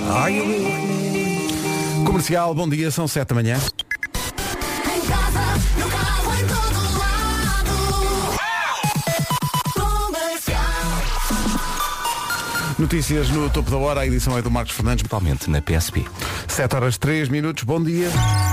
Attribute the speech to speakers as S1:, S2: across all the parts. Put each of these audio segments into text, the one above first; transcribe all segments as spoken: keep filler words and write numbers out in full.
S1: Are you with me? Comercial, bom dia, são sete da manhã.
S2: Em casa, no carro, em todo lado. Comercial.
S1: Notícias no topo da hora, a edição é do Marcos Fernandes.
S3: Totalmente na P S P.
S1: sete horas três minutos, bom dia.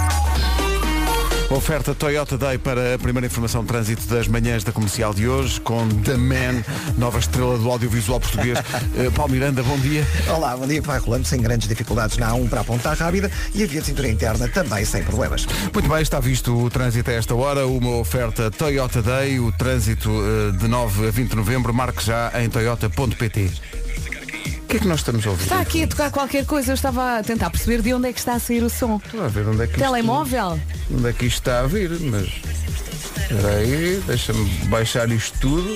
S1: Oferta Toyota Day para a primeira informação de trânsito das manhãs da comercial de hoje, com The Man, nova estrela do audiovisual português. Uh, Paulo Miranda, bom dia.
S4: Olá, bom dia. Vai rolando sem grandes dificuldades na A um para a Ponta Rábida e a via de cintura interna também sem problemas.
S1: Muito bem, está visto o trânsito a esta hora, uma oferta Toyota Day, o trânsito uh, de nove a vinte de novembro, marque já em toyota ponto pt. O que é que nós estamos a ouvir?
S5: Está aqui a tocar qualquer coisa, eu estava a tentar perceber de onde é que está a sair o som.
S1: Estou a ver onde é que isto,
S5: Telemóvel?
S1: onde é que isto está a vir, mas espera aí, deixa-me baixar isto tudo.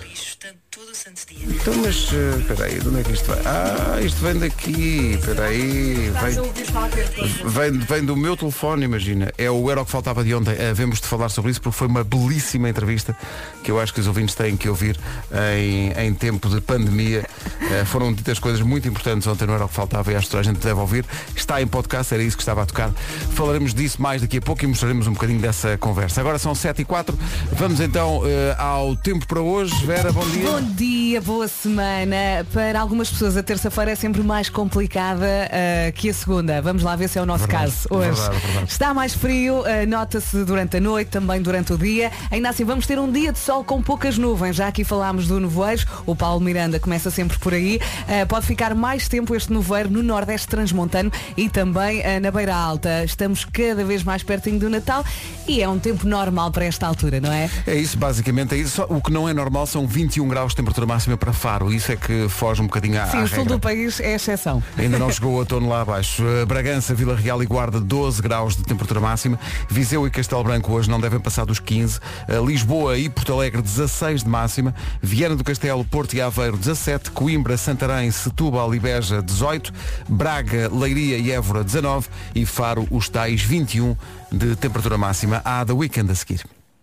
S1: Então, mas uh, espera aí, de onde é que isto vai? Ah, isto vem daqui, espera aí, vem, vem, vem do meu telefone, imagina. É o Euro que faltava de ontem. Havemos de falar sobre isso porque foi uma belíssima entrevista que eu acho que os ouvintes têm que ouvir em, em tempo de pandemia. Uh, foram ditas coisas muito importantes ontem no Euro que faltava e acho que toda a gente deve ouvir. Está em podcast, era isso que estava a tocar. Falaremos disso mais daqui a pouco e mostraremos um bocadinho dessa conversa. Agora são sete e quatro. Vamos então uh, ao tempo para hoje. Vera, bom dia.
S5: Bom dia, boa semana. Para algumas pessoas a terça-feira é sempre mais complicada uh, que a segunda. Vamos lá ver se é o nosso
S1: Verdade,
S5: caso hoje.
S1: verdade, verdade.
S5: Está mais frio, uh, nota-se durante a noite, também durante o dia. Ainda assim vamos ter um dia de sol com poucas nuvens. Já aqui falámos do nevoeiro, o Paulo Miranda começa sempre por aí. Uh, pode ficar mais tempo este nevoeiro no Nordeste Transmontano e também uh, na Beira Alta. Estamos cada vez mais pertinho do Natal e é um tempo normal para esta altura, não é?
S1: É isso, basicamente é isso. Só, o que não é normal são vinte e um graus de temperatura máxima para Faro. Isso é que foge um bocadinho à,
S5: Sim,
S1: à
S5: o sul
S1: regra.
S5: do país é a exceção.
S1: Ainda não chegou o outono lá abaixo. Uh, Bragança, Vila Real e Guarda, doze graus de temperatura máxima. Viseu e Castelo Branco hoje não devem passar dos quinze. Uh, Lisboa e Porto Alegre, dezasseis de máxima. Viana do Castelo, Porto e Aveiro, dezassete. Coimbra, Santarém, Setúbal e Beja, dezoito. Braga, Leiria e Évora, dezanove. E Faro, os tais vinte e um de temperatura máxima. Há The Weekend a seguir.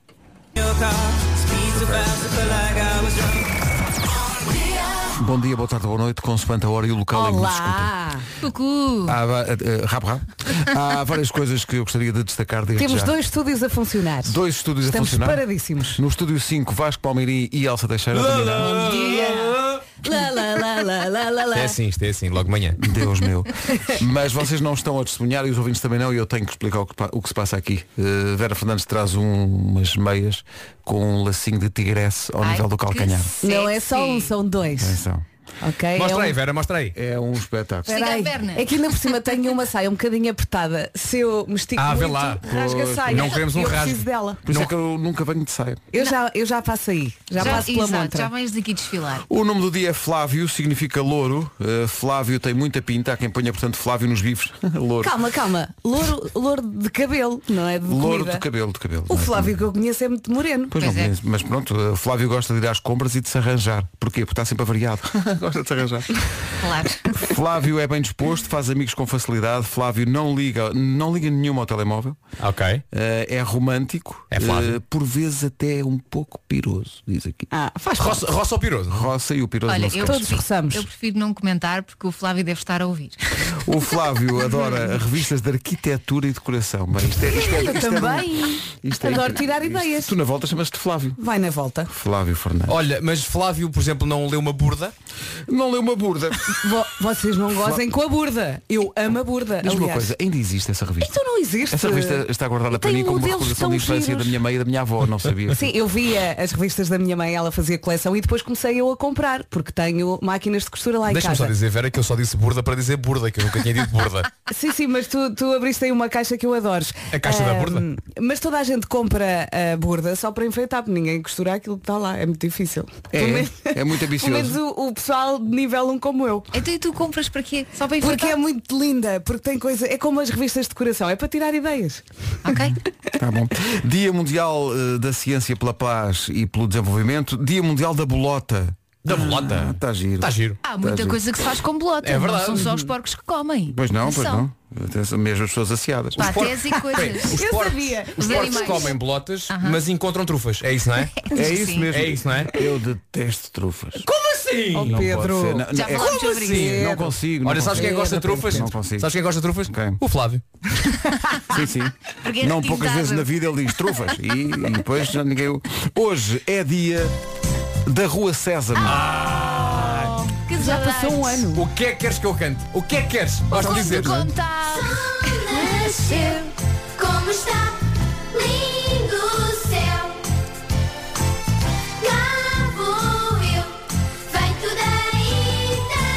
S1: Bom dia, boa tarde, boa noite, consoante a hora e o local em que nos escuta.
S5: Olá!
S6: Cucu.
S1: Há, uh, rap, rap. Há várias coisas que eu gostaria de destacar desde
S5: Temos
S1: já.
S5: dois estúdios a funcionar.
S1: Dois estúdios
S5: Estamos
S1: a funcionar.
S5: paradíssimos.
S1: No estúdio cinco, Vasco Palmeirim e Elsa Teixeira.
S5: Bom dia! Lá, lá, lá, lá, lá, lá, lá.
S3: É assim, isto é assim, logo de manhã.
S1: Deus meu. Mas vocês não estão a testemunhar e os ouvintes também não, e eu tenho que explicar o que, pa- o que se passa aqui. Uh, Vera Fernandes traz um- umas meias com um lacinho de tigresse ao
S6: Ai,
S1: nível do
S6: que
S1: calcanhar.
S5: Não é só um, são dois.
S1: Atenção.
S5: Ok?
S3: Mostra
S5: é um...
S3: aí, Vera, mostra aí.
S1: É um espetáculo.
S5: Espera aí.
S6: Estica a perna.
S5: É que ainda por cima tenho uma saia um bocadinho apertada. Se eu me estico
S3: Ah, vê
S5: muito,
S3: lá.
S5: rasga a saia.
S3: Não queremos um
S5: eu
S3: rasgo.
S5: preciso dela.
S1: Por isso é que eu nunca venho de saia.
S5: Eu já, eu já passo aí. Já, passo pela
S6: exato,
S5: montra.
S6: já vens daqui desfilar.
S1: O nome do dia é Flávio, significa louro. Uh, Flávio tem muita pinta, há quem ponha, portanto, Flávio nos bifes. Louro.
S5: Calma, calma. Louro, louro de cabelo, não é de
S1: Louro
S5: comida.
S1: de cabelo, de cabelo.
S5: O Flávio que eu conheço é muito moreno.
S1: Pois não
S6: Pois é.
S1: conheço, mas pronto, uh, Flávio gosta de ir às compras e de se arranjar. Porquê? Porque está sempre avariado. Gosta de se arranjar.
S6: Claro.
S1: Flávio é bem disposto, faz amigos com facilidade. Flávio não liga, não liga nenhuma ao telemóvel.
S3: Ok.
S1: Uh, é romântico.
S3: É Flávio.
S1: Uh, por vezes até um pouco piroso, diz aqui.
S5: Ah, faz
S3: Roça, roça ou piroso?
S1: Roça e o piroso
S6: Olha,
S1: não se
S6: eu
S1: cansa.
S5: Todos roçamos.
S6: Eu prefiro não comentar porque o Flávio deve estar a ouvir.
S1: O Flávio adora revistas de arquitetura e decoração. Bem, isto é, isto é,
S5: Eu
S1: isto é-
S5: também.
S1: isto é
S5: Adoro
S1: incrível.
S5: tirar
S1: Isto-
S5: ideias.
S1: Tu na volta chamas-te Flávio.
S5: Vai na volta.
S1: Flávio Fernandes.
S3: Olha, mas Flávio, por exemplo, não leu uma burda?
S1: Não leu uma burda.
S5: Vo- vocês não gozem com a burda. Eu amo a burda.
S1: Diz-me uma
S5: aliás.
S1: coisa, ainda existe essa revista?
S5: Então não existe.
S1: Essa revista está guardada para
S5: Tem
S1: mim como uma
S5: modelos
S1: recordação
S5: tão
S1: de infância
S5: giros.
S1: da minha mãe e da minha avó, não sabia.
S5: Sim, eu via as revistas da minha mãe, ela fazia coleção e depois comecei eu a comprar, porque tenho máquinas de costura lá em
S3: Deixa-me
S5: casa.
S3: só dizer, Vera, que eu só disse burda para dizer burda, que eu nunca tinha dito burda.
S5: Sim, sim, mas tu, tu abriste aí uma caixa que eu adoro.
S3: A caixa da
S5: Ahm,
S3: burda?
S5: Mas toda a gente compra a burda só para enfeitar, porque ninguém costura aquilo que está lá. É muito difícil.
S1: É,
S5: Pelo menos-
S1: é muito ambicioso.
S5: Pelo menos o, o pessoal de nível um como eu.
S6: Então e tu compras para quê? Só para
S5: Porque
S6: enfeitar?
S5: é muito linda, porque tem coisa. É como as revistas de decoração, é para tirar ideias.
S6: Ok?
S1: Tá bom. Dia Mundial eh, da Ciência pela Paz e pelo Desenvolvimento. Dia Mundial da Bolota.
S3: Da bolota.
S1: Está giro.
S3: Está giro.
S6: Há muita
S1: giro.
S6: coisa que se faz com bolota.
S3: É
S6: não
S3: verdade.
S6: são só os porcos que comem.
S1: Pois não, pois
S6: São
S1: não. Atenção, mesmo as pessoas asseadas.
S6: Patés e coisas.
S3: Os
S5: Eu
S3: porcos,
S5: sabia.
S3: os
S6: Os
S3: porcos
S6: animais.
S3: comem bolotas, mas encontram trufas. É isso, não é?
S1: É isso
S6: Sim.
S1: mesmo.
S3: É isso, não é?
S1: Eu detesto trufas.
S3: Como assim?
S5: Oh,
S1: Não
S5: Pedro.
S1: pode ser. Não,
S6: Já
S1: não, é-
S6: falámos
S1: como
S6: sobre
S1: assim?
S6: isso.
S1: Não consigo.
S3: Olha,
S1: não
S3: sabes quem
S1: consigo.
S3: gosta de trufas?
S1: Não consigo.
S3: Sabes quem gosta de trufas?
S1: Quem?
S3: O Flávio.
S1: Sim, sim.
S6: Porque é
S1: Não poucas
S6: requisado.
S1: vezes na vida ele diz trufas. E, e depois já ninguém. o- Hoje é dia da Rua Sésamo.
S6: Que
S5: Já
S6: saudades.
S5: passou um ano.
S3: O que é que queres que eu cante? O que é que queres? Gosto de
S6: Posso
S3: dizer.
S6: contar?
S2: Nasceu, como está lindo o céu. Lá vou eu, feito daí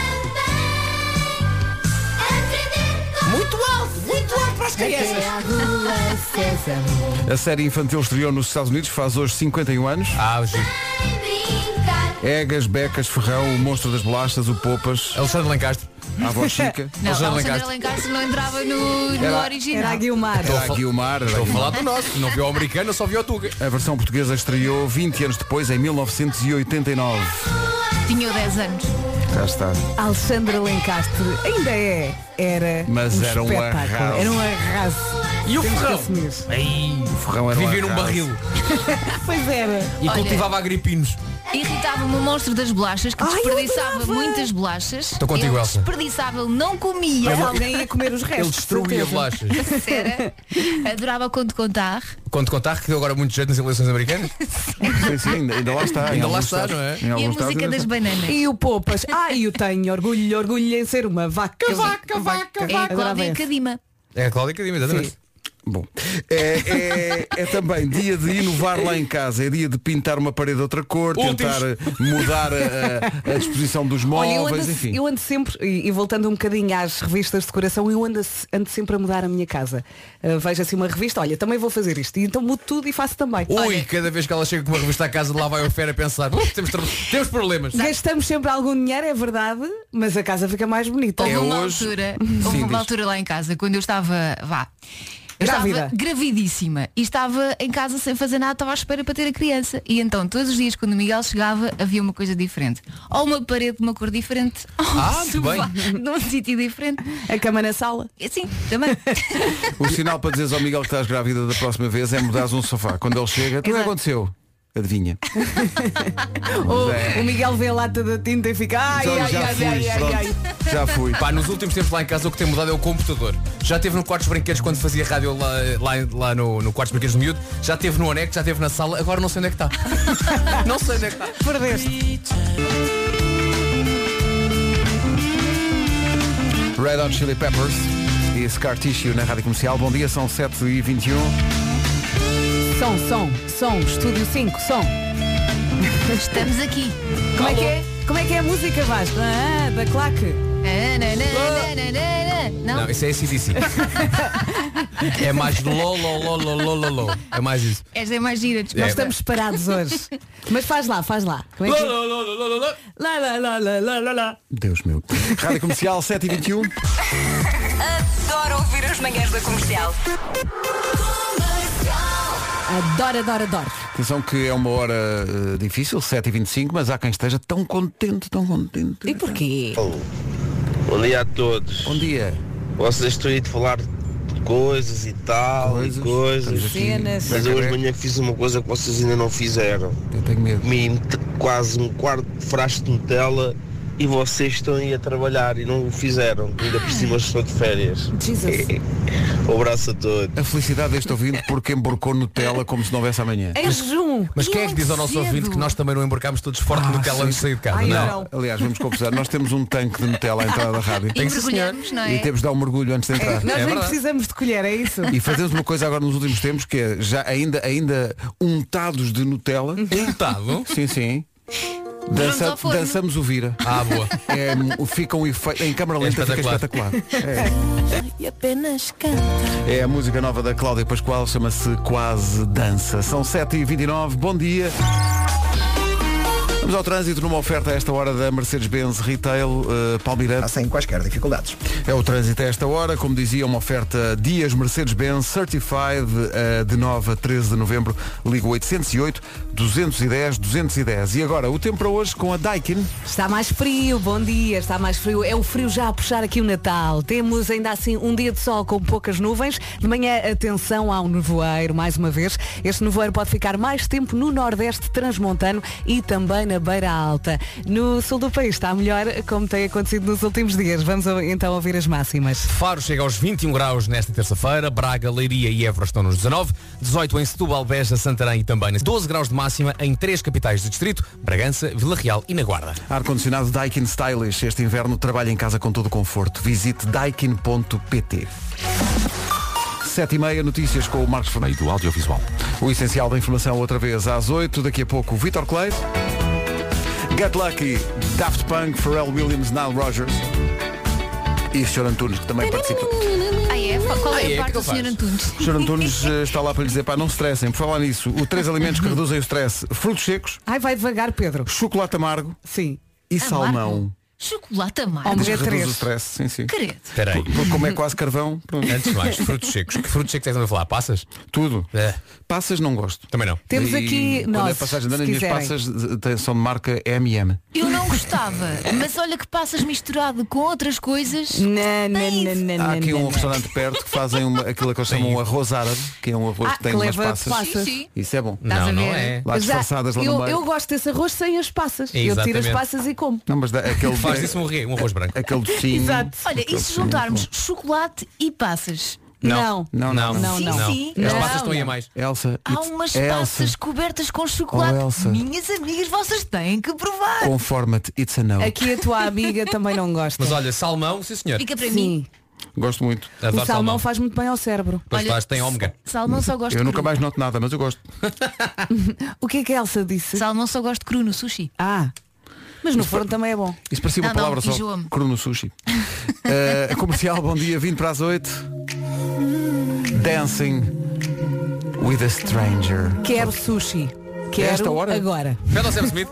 S2: também. Aprender com
S3: Muito alto, muito alto para as crianças.
S2: a Rua Sésamo.
S1: A série infantil estreou nos Estados Unidos, faz hoje cinquenta e um anos.
S3: Ah, giro.
S2: Sem brincar.
S1: Egas, Becas, Ferrão, o Monstro das Bolachas, o Popas,
S3: Alexandre Lencastre.
S1: a avó Chica.
S6: Não,
S3: Alexandre
S6: Alexandre
S3: Lencastre.
S6: Lencastre não entrava no, no
S1: Era-
S6: original.
S5: Era a Guilmar.
S1: Era a Guilmar. Era a
S3: Estou a
S1: Guilmar.
S3: falar do nosso. Não viu o americano, só viu o Tuga.
S1: A versão portuguesa estreou vinte anos depois, em mil novecentos e oitenta e nove.
S6: Tinha dez anos.
S1: Cá está.
S5: Alexandra Lencastre ainda é. Era
S1: Mas
S5: um
S1: era um
S5: espetáculo.
S1: arraso.
S5: Era um arraso.
S3: E o
S5: Temos que
S3: Ferrão?
S5: assumir.
S3: Ai,
S1: O Ferrão era um
S3: vivia num
S1: arraso.
S3: barril
S5: Pois era.
S3: e
S6: Olha.
S3: cultivava agripinos.
S6: Irritava-me o monstro das bolachas, que
S5: Ai, eu
S6: desperdiçava
S5: adorava.
S6: muitas bolachas.
S3: Estou contigo,
S6: Ele
S3: Elsa.
S6: desperdiçava, ele não comia.
S5: Mas alguém ia comer os restos.
S3: Ele destruía
S5: certeza.
S3: bolachas.
S6: Era. Adorava quando contar.
S3: Quando contar que deu agora muito jeito nas eleições americanas.
S1: Sim, sim, ainda, ainda lá está. em
S3: Ainda lá
S1: alguns
S3: está,
S1: estados-
S3: não é?
S1: em
S6: E a
S1: alguns
S6: música
S1: estados
S6: das
S1: ainda
S6: bananas.
S5: E o Popas. Ai, eu tenho orgulho, orgulho em ser uma vaca, vaca, vaca,
S6: É a
S5: Adorava
S6: Cláudia
S5: essa.
S6: Cadima.
S3: É a Cláudia Cadima, exatamente.
S1: está. Bom, é, é, é também dia de inovar lá em casa. É dia de pintar uma parede de outra cor,
S3: Últimos.
S1: tentar mudar a, a- a disposição dos
S5: Olha, eu
S1: móveis,
S5: ando,
S1: enfim.
S5: eu ando sempre, e, e voltando um bocadinho às revistas de decoração, eu ando, ando sempre a mudar a minha casa. Uh, vejo assim uma revista, olha, também vou fazer isto. E então mudo tudo e faço também.
S3: Ui,
S6: Olha.
S3: cada vez que ela chega com uma revista à casa, de lá vai o Fera a pensar, "Uh, temos, tra- temos problemas.
S5: Gastamos sempre algum dinheiro, é verdade, mas a casa fica mais bonita.
S6: Houve
S1: É
S6: uma
S1: hoje-
S6: altura,
S1: Sim,
S6: houve uma
S1: diz.
S6: altura lá em casa, quando eu estava, vá, eu
S5: Grávida.
S6: estava gravidíssima e estava em casa sem fazer nada, estava à espera para ter a criança. E então todos os dias quando o Miguel chegava havia uma coisa diferente. Ou uma parede de uma cor diferente, ou um
S3: Ah, muito
S6: sofá num sítio diferente.
S5: A cama na sala.
S6: Sim, também.
S1: O sinal para dizeres ao Miguel que estás grávida da próxima vez é mudares um sofá. Quando ele chega, tudo
S5: Exato.
S1: aconteceu. Adivinha.
S5: O,
S1: é.
S5: o Miguel vê a lata da tinta e fica ai,
S1: Já,
S5: ai,
S1: já
S5: ai,
S1: fui,
S5: ai, ai,
S1: pronto.
S5: ai.
S1: Já fui.
S3: Pá, nos últimos tempos lá em casa o que tem mudado é o computador. Já teve no quarto dos brinquedos quando fazia rádio lá, lá, lá no, no quarto dos brinquedos do miúdo. Já teve no anexo, já teve na sala. Agora não sei onde é que está. Não sei onde é que está.
S5: Perdeste.
S1: Red Hot Chili Peppers e Scar Tissue na Rádio Comercial. Bom dia, são sete e vinte e um.
S5: Som, som, som, estúdio cinco, som.
S6: Estamos aqui.
S5: Como é que é? Como é que é a música, Vasco? Ah, da claque.
S6: Ah, na, na, na, na, na, na. Não?
S3: Não, isso é A C D C. É mais lo, lo, lo, lo, lo, lo, lo. É mais isso.
S6: Esta é mais gira, desculpa.
S5: Nós estamos separados hoje. Mas faz lá, faz lá. Como é que é?
S3: Lo, lo, lo, lo, lo, lo.
S5: Lá, lá, lá, lá, lá, lá, lá.
S1: Deus meu. Rádio Comercial sete e vinte e um.
S7: Adoro ouvir as manhãs da comercial.
S5: Adoro, adoro, adoro.
S1: Atenção que é uma hora eh, difícil, sete e vinte e cinco, mas há quem esteja tão contente, tão contente.
S5: E porquê?
S8: Bom dia a todos.
S1: Bom dia.
S8: Vocês estão aí de falar de coisas e tal,
S1: Coisas.
S8: e coisas.
S1: Estamos aqui.
S5: Cenas.
S8: Mas eu hoje de manhã fiz uma coisa que vocês ainda não fizeram.
S1: Eu tenho medo.
S8: Comi met- quase um quarto de frasco de Nutella e vocês estão aí a trabalhar e não o fizeram. Ainda por cima estou de férias.
S5: Jesus.
S8: Um abraço a todos.
S1: A felicidade deste ouvinte porque emborcou Nutella como se não houvesse amanhã.
S5: Em jejum.
S3: Mas quem é que diz ao nosso
S6: cedo.
S3: ouvinte que nós também não embarcámos todos forte no tela antes de sair de casa?
S5: Ai,
S3: não.
S5: não.
S1: Aliás, vamos confessar, nós temos um tanque de Nutella à entrada da rádio.
S6: E
S3: Tem que ser,
S6: mergulhamos, não é?
S1: E temos de dar um mergulho antes de entrar.
S5: Nós
S3: É
S5: nem
S3: verdade.
S5: precisamos de colher, é isso?
S1: E fazemos uma coisa agora nos últimos tempos que é já ainda, ainda untados de Nutella.
S3: Untado?
S1: Sim, sim.
S6: Vamos
S1: Dança-
S6: ao forno.
S1: dançamos o vira.
S3: Ah, boa.
S1: É, fica um efeito. Em câmara lenta fica
S3: espetacular.
S1: espetacular. É. É a música nova da Cláudia Pascoal, chama-se Quase Dança. São sete e vinte e nove, bom dia. Vamos ao trânsito numa oferta a esta hora da Mercedes-Benz Retail uh, Palmeirante.
S4: Sem quaisquer dificuldades.
S1: É o trânsito a esta hora, como dizia, uma oferta Dias Mercedes-Benz Certified uh, de nove a treze de novembro. Liga oitocentos e oito, duzentos e dez, duzentos e dez. E agora, o tempo para hoje com a Daikin.
S5: Está mais frio, bom dia, está mais frio. É o frio já a puxar aqui o Natal. Temos ainda assim um dia de sol com poucas nuvens. De manhã, atenção ao nevoeiro, mais uma vez. Este nevoeiro pode ficar mais tempo no Nordeste transmontano e também na Beira Alta. No sul do país está melhor, como tem acontecido nos últimos dias. Vamos então ouvir as máximas.
S3: Faro chega aos vinte e um graus nesta terça-feira. Braga, Leiria e Évora estão nos dezanove. dezoito em Setúbal, Beja, Santarém e também doze graus de máxima em três capitais do distrito, Bragança, Vila Real e na Guarda.
S1: Ar-condicionado Daikin Stylish. Este inverno trabalha em casa com todo o conforto. Visite daikin ponto pt. Sete e meia, notícias com o Marcos Fernandes do Audiovisual. O essencial da informação outra vez às oito. Daqui a pouco o Vítor Clay. Get Lucky, Daft Punk, Pharrell Williams, Nile Rodgers e o senhor Antunes, que também participa.
S6: Ah, é? Qual é
S3: Ah, é?
S6: a parte
S3: Que
S6: do senhor Antunes?
S1: O senhor Antunes eh, está lá para lhe dizer, pá, não se estressem. Por falar nisso, o três alimentos que reduzem o stress: frutos secos,
S5: Ai, vai devagar, Pedro.
S1: chocolate amargo
S5: Sim.
S1: e
S6: Amargo?
S1: salmão.
S6: Chocolate amargo.
S5: Ômega
S1: Diz que reduz
S5: três.
S1: o stress, sim, sim.
S6: Credo.
S3: Espera aí.
S1: Porque como é quase carvão, pronto.
S3: Antes de mais, frutos secos. Que frutos secos é que estão a falar? Passas?
S1: Tudo.
S3: É.
S1: Passas não gosto.
S3: Também não.
S5: Temos
S1: E
S5: aqui
S1: quando
S5: nós,
S1: é passagem de ano,
S5: se
S1: as minhas
S5: quiserem.
S1: passas eh, têm- são de marca M e M.
S6: Eu não gostava, mas olha que passas misturado com outras coisas.
S5: Não, não, não, não,
S1: Há
S5: não,
S1: aqui
S5: não,
S1: um
S5: não.
S1: restaurante perto que fazem uma, aquilo que eles chamam um arroz árabe, que é um arroz
S5: Ah,
S1: que tem
S5: que
S1: umas
S5: leva
S1: passas.
S5: passas.
S6: Sim, sim.
S1: Isso é bom.
S6: Estás
S3: Não,
S6: a
S3: não
S6: ver?
S3: é.
S1: Lá disfarçadas lá no
S5: eu,
S1: meio.
S5: eu gosto desse arroz sem as passas. Eu tiro as
S3: Exatamente.
S5: passas e como.
S1: Não, mas dá- aquele,
S3: Faz disso um, arroz- um arroz branco.
S1: aquele docinho.
S5: Exato.
S6: Olha, e se juntarmos chocolate e passas?
S5: Não.
S1: Não, não, não.
S5: Não,
S6: Sim,
S5: não.
S6: sim.
S3: As
S5: Não,
S3: passas estão aí a
S5: não.
S3: mais.
S1: Elsa,
S6: Há
S1: it's-
S6: umas
S1: Elsa,
S6: passas cobertas com chocolate.
S1: Oh, Elsa.
S6: Minhas amigas, vocês têm que provar.
S1: conforma-te, it's a no.
S5: Aqui a tua amiga também não gosta.
S3: Mas olha, salmão, sim senhor.
S6: Fica para mim.
S5: Sim.
S1: Gosto muito.
S3: Adoro
S5: O salmão faz muito bem ao cérebro.
S3: Pois
S6: Olha,
S3: faz, tem ômega.
S6: Salmão só gosto
S1: Eu nunca
S6: cru.
S1: mais noto nada, mas eu gosto.
S5: O que é que a Elsa disse?
S6: Salmão só gosto cru no sushi.
S5: Ah, mas no forno também é bom.
S1: Isso parecia uma
S6: Não, não,
S1: palavra só.
S6: enjoa-me.
S1: Cruno sushi. Eh, comercial, bom dia, vinte para as oito. Dancing with a stranger.
S5: Quero sushi. Quero
S1: esta hora?
S5: agora.
S3: Pede ao Sam Smith.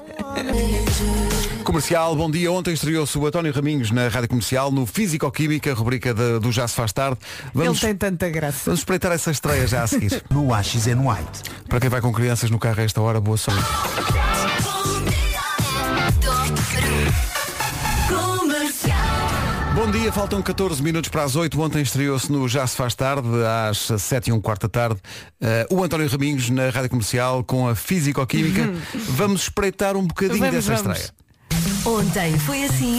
S1: Comercial, bom dia. Ontem estreou-se o António Raminhos na Rádio Comercial no Físico-Química, rubrica de- do Já se faz tarde. Vamos,
S5: Ele tem tanta graça.
S1: vamos espreitar essa estreia já a seguir.
S9: No X and White.
S1: Para quem vai com crianças no carro a esta hora, boa sorte. Bom dia, faltam catorze minutos para as oito. Ontem estreou-se no Já se faz tarde, às sete e um quarto da tarde, eh, o António Raminhos na Rádio Comercial com a Físico-Química. Vamos espreitar um bocadinho
S5: Vamos,
S1: dessa
S5: vamos.
S1: estreia.
S7: Ontem foi assim.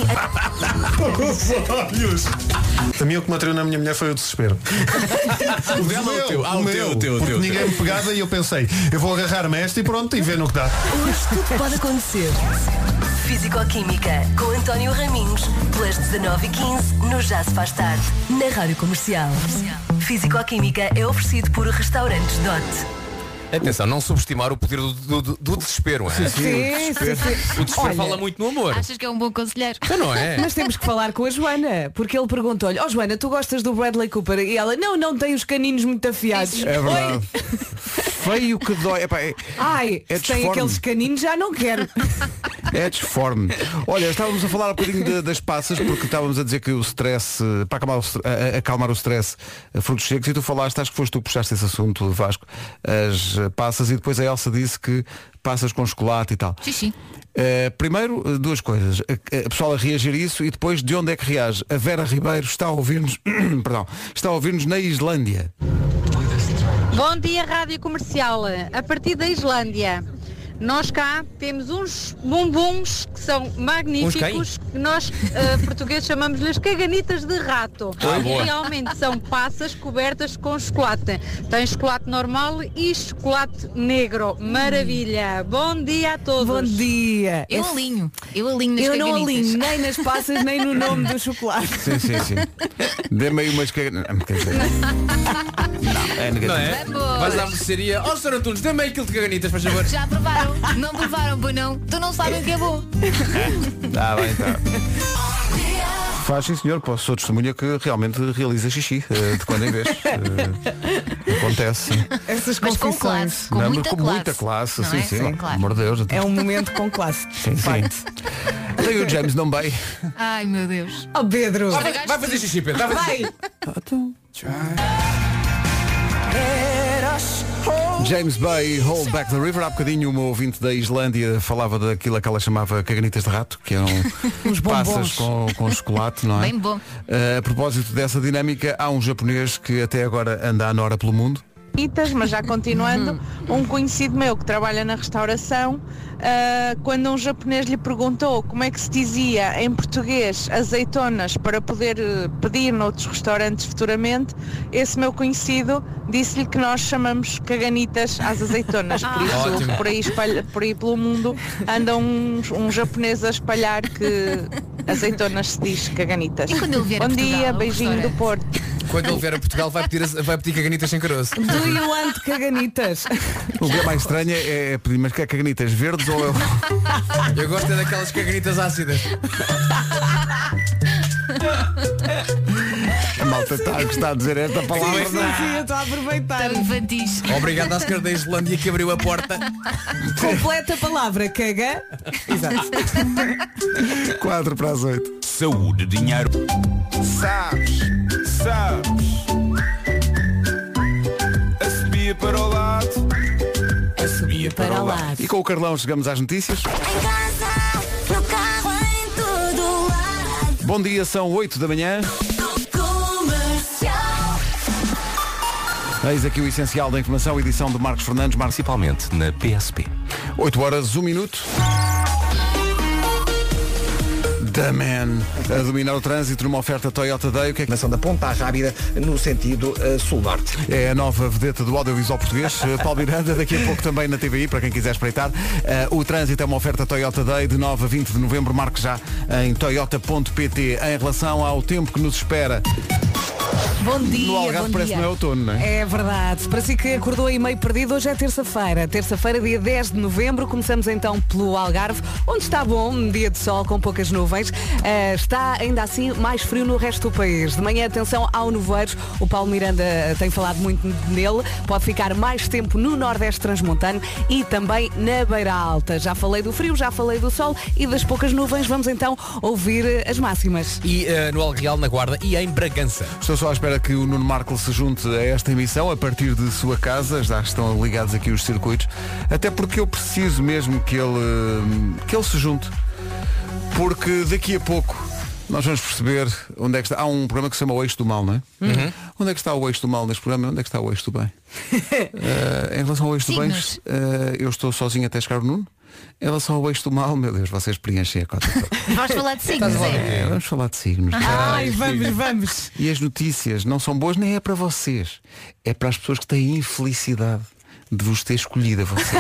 S9: Olhos. A mim o que me atraiu na minha mulher foi o desespero.
S3: O dela ou o teu? Ah, o teu, o teu, o
S9: Porque
S3: teu.
S9: ninguém me pegava e eu pensei, eu vou agarrar-me a esta e pronto, e ver no que dá.
S7: Hoje tudo pode acontecer. Físico-Química com António Raminhos, pelas dezanove e quinze no Já se faz tarde, na Rádio Comercial. Físico-Química é oferecido por Restaurantes Dot.
S3: Atenção, não subestimar o poder do, do- do- do desespero. é?
S5: Sim, sim, sim.
S3: O desespero
S5: Olha,
S3: fala muito no amor.
S6: Achas que é um bom conselheiro?
S3: Então não é?
S5: Mas temos que falar com a Joana, porque ele perguntou-lhe, ó Joana, tu gostas do Bradley Cooper? E ela, não, não, tem os caninos muito afiados.
S1: É verdade. Feio que dói. Epá, é,
S5: Ai,
S1: É
S5: se tem
S1: disforme.
S5: aqueles caninos já não quero.
S1: é disforme. Olha, estávamos a falar um bocadinho de- das passas, porque estávamos a dizer que o stress, eh, para acalmar o, stre- a- a- acalmar o stress, eh, frutos secos, e tu falaste, acho que foste tu que puxaste esse assunto, Vasco, as eh, passas, e depois a Elsa disse que passas com chocolate e tal.
S6: Sim, sim.
S1: Eh, primeiro, eh, duas coisas. A, a pessoal a reagir a isso e depois de onde é que reage? A Vera Ribeiro está a ouvir-nos, perdão, está a ouvir-nos na Islândia.
S10: Bom dia, Rádio Comercial. A partir da Islândia, nós cá temos uns bumbuns que são magníficos, que nós eh, portugueses chamamos-lhes caganitas de rato.
S3: Ah,
S10: e
S3: boa.
S10: realmente são passas cobertas com chocolate. Tem chocolate normal e chocolate negro. Maravilha. Bom dia a todos.
S5: Bom dia.
S6: Eu
S5: Esse-
S6: alinho. Eu alinho nas
S5: Eu não
S6: caganitas.
S5: alinho nem nas passas nem no nome do chocolate.
S1: Sim, sim, sim. Dê-me aí umas que... Não, quer dizer, não, é negativo.
S3: Não é?
S6: Vamos.
S3: Vais à mercearia. Ó, senhor Antunes, dê-me aí aquilo de caganitas, faz favor.
S6: Já provaram? Não provaram, pois não? Tu não sabem o que é bom.
S1: Ah, bem, então. Faz sim, senhor. Posso sou testemunha que realmente realiza xixi uh, de quando em vez. Uh, acontece. Sim.
S5: Essas
S6: Mas com
S5: confissões.
S6: classe, com
S1: Não,
S6: muita
S1: com
S6: classe.
S1: muita classe,
S6: Não
S1: sim,
S6: é?
S1: sim.
S6: Sim, claro.
S1: Amor de Deus.
S5: É um momento com classe.
S1: Sim, sim. Tem o James não bem.
S6: Ai meu Deus.
S5: Oh Pedro.
S3: Vai, vai fazer xixi, Pedro. Vai fazer xixi.
S1: James Bay, Hold Back the River. Há bocadinho uma ouvinte da Islândia falava daquilo que ela chamava caganitas de rato, que eram
S5: Uns
S1: passas
S5: bombons.
S1: com, com chocolate, não é?
S6: Bem bom.
S1: Uh, a propósito dessa dinâmica, há um japonês que até agora anda à nora pelo mundo.
S10: Mas já continuando, um conhecido meu que trabalha na restauração, ah, quando um japonês lhe perguntou como é que se dizia em português azeitonas para poder eh, pedir noutros restaurantes futuramente, esse meu conhecido disse-lhe que nós chamamos caganitas às azeitonas. Por isso,
S3: Ótimo.
S10: por aí, espalha, por aí pelo mundo anda um, um japonês a espalhar que azeitonas se diz caganitas.
S6: E quando ele vier a
S10: Bom
S6: Portugal,
S10: dia,
S6: ao
S10: beijinho do
S6: restaurante?
S10: Porto.
S3: Quando ele vier a Portugal vai pedir, vai pedir caganitas sem caroço.
S5: Do you want caganitas?
S1: O que é mais estranho é é pedir, mas que é caganitas verdes ou eu?
S3: Eu gosto é daquelas caganitas ácidas.
S1: A malta está a gostar de dizer esta palavra.
S5: Sim, sim, eu estou a aproveitar.
S6: Está infantis.
S3: Obrigado à senhora da Islândia que abriu a porta.
S5: Completa a palavra, caga. Exato.
S1: Quatro para as oito.
S11: Saúde, dinheiro.
S1: Sabes, sabes.
S11: A subir para o lado.
S5: A subir para o lado.
S1: E com o Carlão chegamos às notícias.
S2: Em casa, no carro, em todo lado.
S1: Bom dia, são oito da manhã.
S2: Comercial.
S1: Eis aqui o essencial da informação, edição de Marcos Fernandes, Marcos.
S11: Principalmente na P S P.
S1: oito horas, um minuto. The Man a dominar o trânsito numa oferta Toyota Day. O que é que
S4: Nação da Ponta Rábida no sentido uh, sul-norte.
S1: é a nova vedeta do audiovisual português? Uh, Paulo Miranda, daqui a pouco também na T V I, para quem quiser espreitar. Uh, o trânsito é uma oferta Toyota Day de nove a vinte de novembro. Marque já em toyota ponto pt. Em relação ao tempo que nos espera,
S5: Bom dia,
S1: no Algarve
S5: bom
S1: parece que
S5: dia.
S1: não é outono, não é?
S5: É verdade. Para si que acordou aí meio perdido, hoje é terça-feira. Terça-feira, dia dez de novembro. Começamos então pelo Algarve, onde está bom, um dia de sol com poucas nuvens. Uh, está ainda assim mais frio no resto do país. De manhã, atenção ao nevoeiro. O Paulo Miranda tem falado muito nele. Pode ficar mais tempo no Nordeste Transmontano e também na Beira Alta. Já falei do frio, já falei do sol e das poucas nuvens. Vamos então ouvir as máximas.
S3: E uh, no Alreal, na Guarda e em Bragança.
S1: Estou só à espera que o Nuno Marco se junte a esta emissão a partir de sua casa. Já estão ligados aqui os circuitos. Até porque eu preciso mesmo que ele, que ele se junte. Porque daqui a pouco nós vamos perceber onde é que está. Há um programa que se chama O Eixo do Mal, não é? Uhum. Onde é que está o eixo do mal neste programa? Onde é que está o eixo do bem? uh, em relação ao eixo do bem,
S6: Signos.
S1: uh, eu estou sozinho até chegar o Nuno. Em relação ao eixo do mal, meu Deus, vocês preenchem a cota toda.
S6: Vamos falar de signos, é?
S1: É, vamos falar de signos.
S5: Ai, vamos, vamos.
S1: E as notícias não são boas, nem é para vocês. É para as pessoas que têm infelicidade de vos ter escolhido a vocês.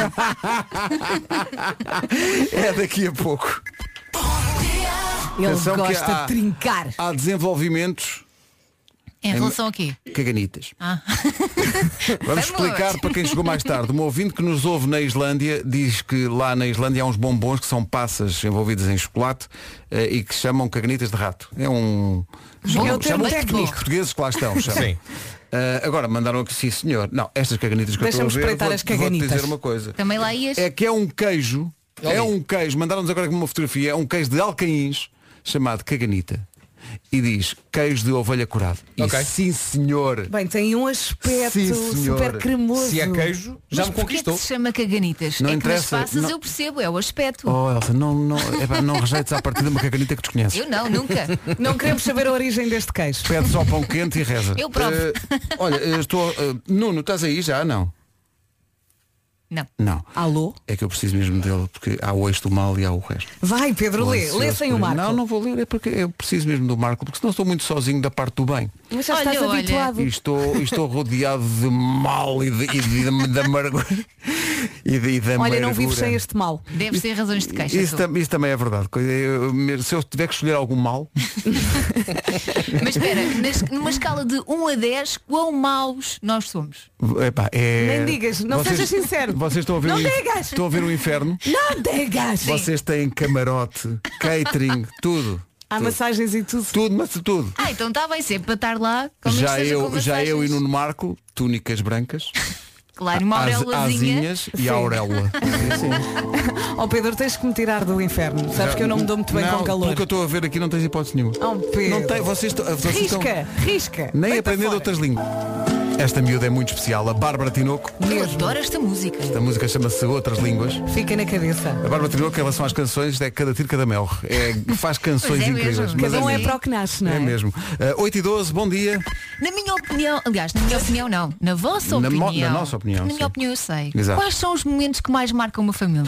S1: É daqui a pouco.
S5: Ele
S1: Atenção que
S5: gosta
S1: há-
S5: de trincar.
S1: Há desenvolvimentos
S6: Em relação a quê?
S1: caganitas.
S6: Ah.
S1: Vamos
S6: Vamos.
S1: explicar para quem chegou mais tarde. Uma ouvinte que nos ouve na Islândia diz que lá na Islândia há uns bombons que são passas envolvidas em chocolate eh, e que se chamam caganitas de rato. É um...
S5: É um
S1: Chamam,
S5: termo
S1: chamam os
S5: técnico.
S1: portugueses que lá estão. Chamam.
S3: Sim.
S1: Eh, agora mandaram aqui, sim senhor. Não, estas caganitas que eu estou a
S5: Deixa-me
S1: ver,
S5: espreitar
S1: vou,
S5: as
S1: vou-te
S5: caganitas.
S1: dizer uma coisa.
S6: Também lá ias?
S1: É que é um queijo, é
S3: Ali.
S1: um queijo, mandaram-nos agora aqui uma fotografia, é um queijo de Alcaíns, chamado caganita. E diz queijo de ovelha curado.
S3: Ok.
S1: E sim senhor.
S5: Bem, tem um aspecto
S1: Sim, senhor.
S5: super cremoso.
S3: Se é queijo, já
S6: Mas
S3: me
S6: porquê
S3: conquistou.
S6: que se chama caganitas?
S1: Não
S6: é que
S1: interessa,
S6: nas passas
S1: não-
S6: eu percebo, é o aspecto.
S1: Oh Elsa, não, não, epá, não rejeites à partida uma caganita que desconheces.
S6: Eu não, nunca.
S5: Não queremos saber a origem deste queijo.
S1: Pede só pão quente e reza.
S6: Eu provo.
S1: Eh, olha, eu estou. eh, Nuno, estás aí já? Não.
S6: Não.
S1: Não.
S5: Alô?
S1: É que eu preciso mesmo dele, porque há o eixo do mal e há o resto.
S5: Vai, Pedro, lê.
S1: Ansioso
S5: Lê sem
S1: por
S5: o
S1: isso.
S5: Marco.
S1: Não, não vou ler, é porque eu preciso mesmo do Marco, porque senão estou muito sozinho da parte do bem.
S5: Mas já
S6: Olha,
S5: estás
S6: olha.
S5: habituado.
S1: E estou, e estou rodeado de mal e de, e de, de, de amargura. E de, e de
S5: Olha, não
S1: amargura.
S5: vives sem este mal.
S6: Deve ser razões de queixa.
S1: Isso,
S6: tu.
S1: tam- isso também é verdade. Coisa- eu- Se eu tiver que escolher algum mal,
S6: Mas espera, nas- numa escala de um a dez, quão maus nós somos?
S1: epá, é...
S5: Nem digas, não sejas sincero.
S1: Vocês estão a ver
S5: Não
S1: o inf-
S5: digas.
S1: Estão a ver o inferno?
S5: Não digas!
S1: Vocês têm camarote, catering, tudo.
S5: Há
S1: tudo.
S5: massagens e tudo.
S1: Tudo, mas tudo.
S6: Ah, então está bem sempre para estar lá. como
S1: Já
S6: seja com
S1: eu, já eu e
S6: massagens.
S1: Nuno Marco, túnicas brancas.
S6: Claro, uma
S1: as-
S6: aurelazinha.
S1: asinhas e
S5: Sim.
S1: a auréola.
S5: Ó Pedro, tens que me tirar do inferno. Sabes que eu não me dou muito bem
S1: Não,
S5: com calor.
S1: pelo que eu estou a ver aqui não tens hipótese nenhuma.
S5: Oh, Pedro.
S1: Não tem, vocês, estão- vocês estão
S5: Risca, risca.
S1: nem
S5: Deita
S1: aprendendo
S5: fora.
S1: outras línguas. Esta miúda é muito especial, a Bárbara Tinoco.
S6: Eu adoro esta música.
S1: A música chama-se Outras Línguas.
S5: Fica na cabeça.
S1: A Bárbara Tinoco, em relação às canções, é cada tiro, cada mel. É, faz canções
S6: Pois é
S1: incríveis.
S6: mesmo.
S1: mas
S5: Cada um é
S1: mesmo.
S5: para o que nasce, não é?
S1: É mesmo. Uh, oito e doze, bom dia.
S6: Na minha opinião, aliás, na minha opinião não, na vossa
S1: Na mo-
S6: opinião.
S1: na nossa opinião,
S6: Na minha
S1: sim.
S6: opinião eu sei.
S1: Exato.
S6: Quais são os momentos que mais marcam uma família?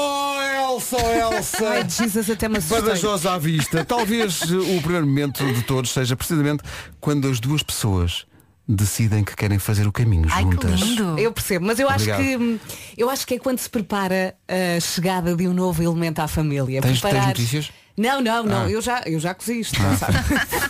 S1: Oh, Elsa, Elsa!
S5: Ai, Jesus, até me assustei.
S1: Badajosa à vista. Talvez uh, o primeiro momento de todos seja precisamente quando as duas pessoas decidem que querem fazer o caminho
S6: Ai, que
S1: juntas.
S6: lindo.
S5: Eu percebo, mas eu acho
S1: Obrigado.
S5: que hum, eu acho que é quando se prepara a chegada de um novo elemento à família.
S1: Tens-
S5: Preparar...
S1: tens notícias?
S5: Não, não, não.
S1: Ah.
S5: Eu já, eu já cozi isto. não sabe?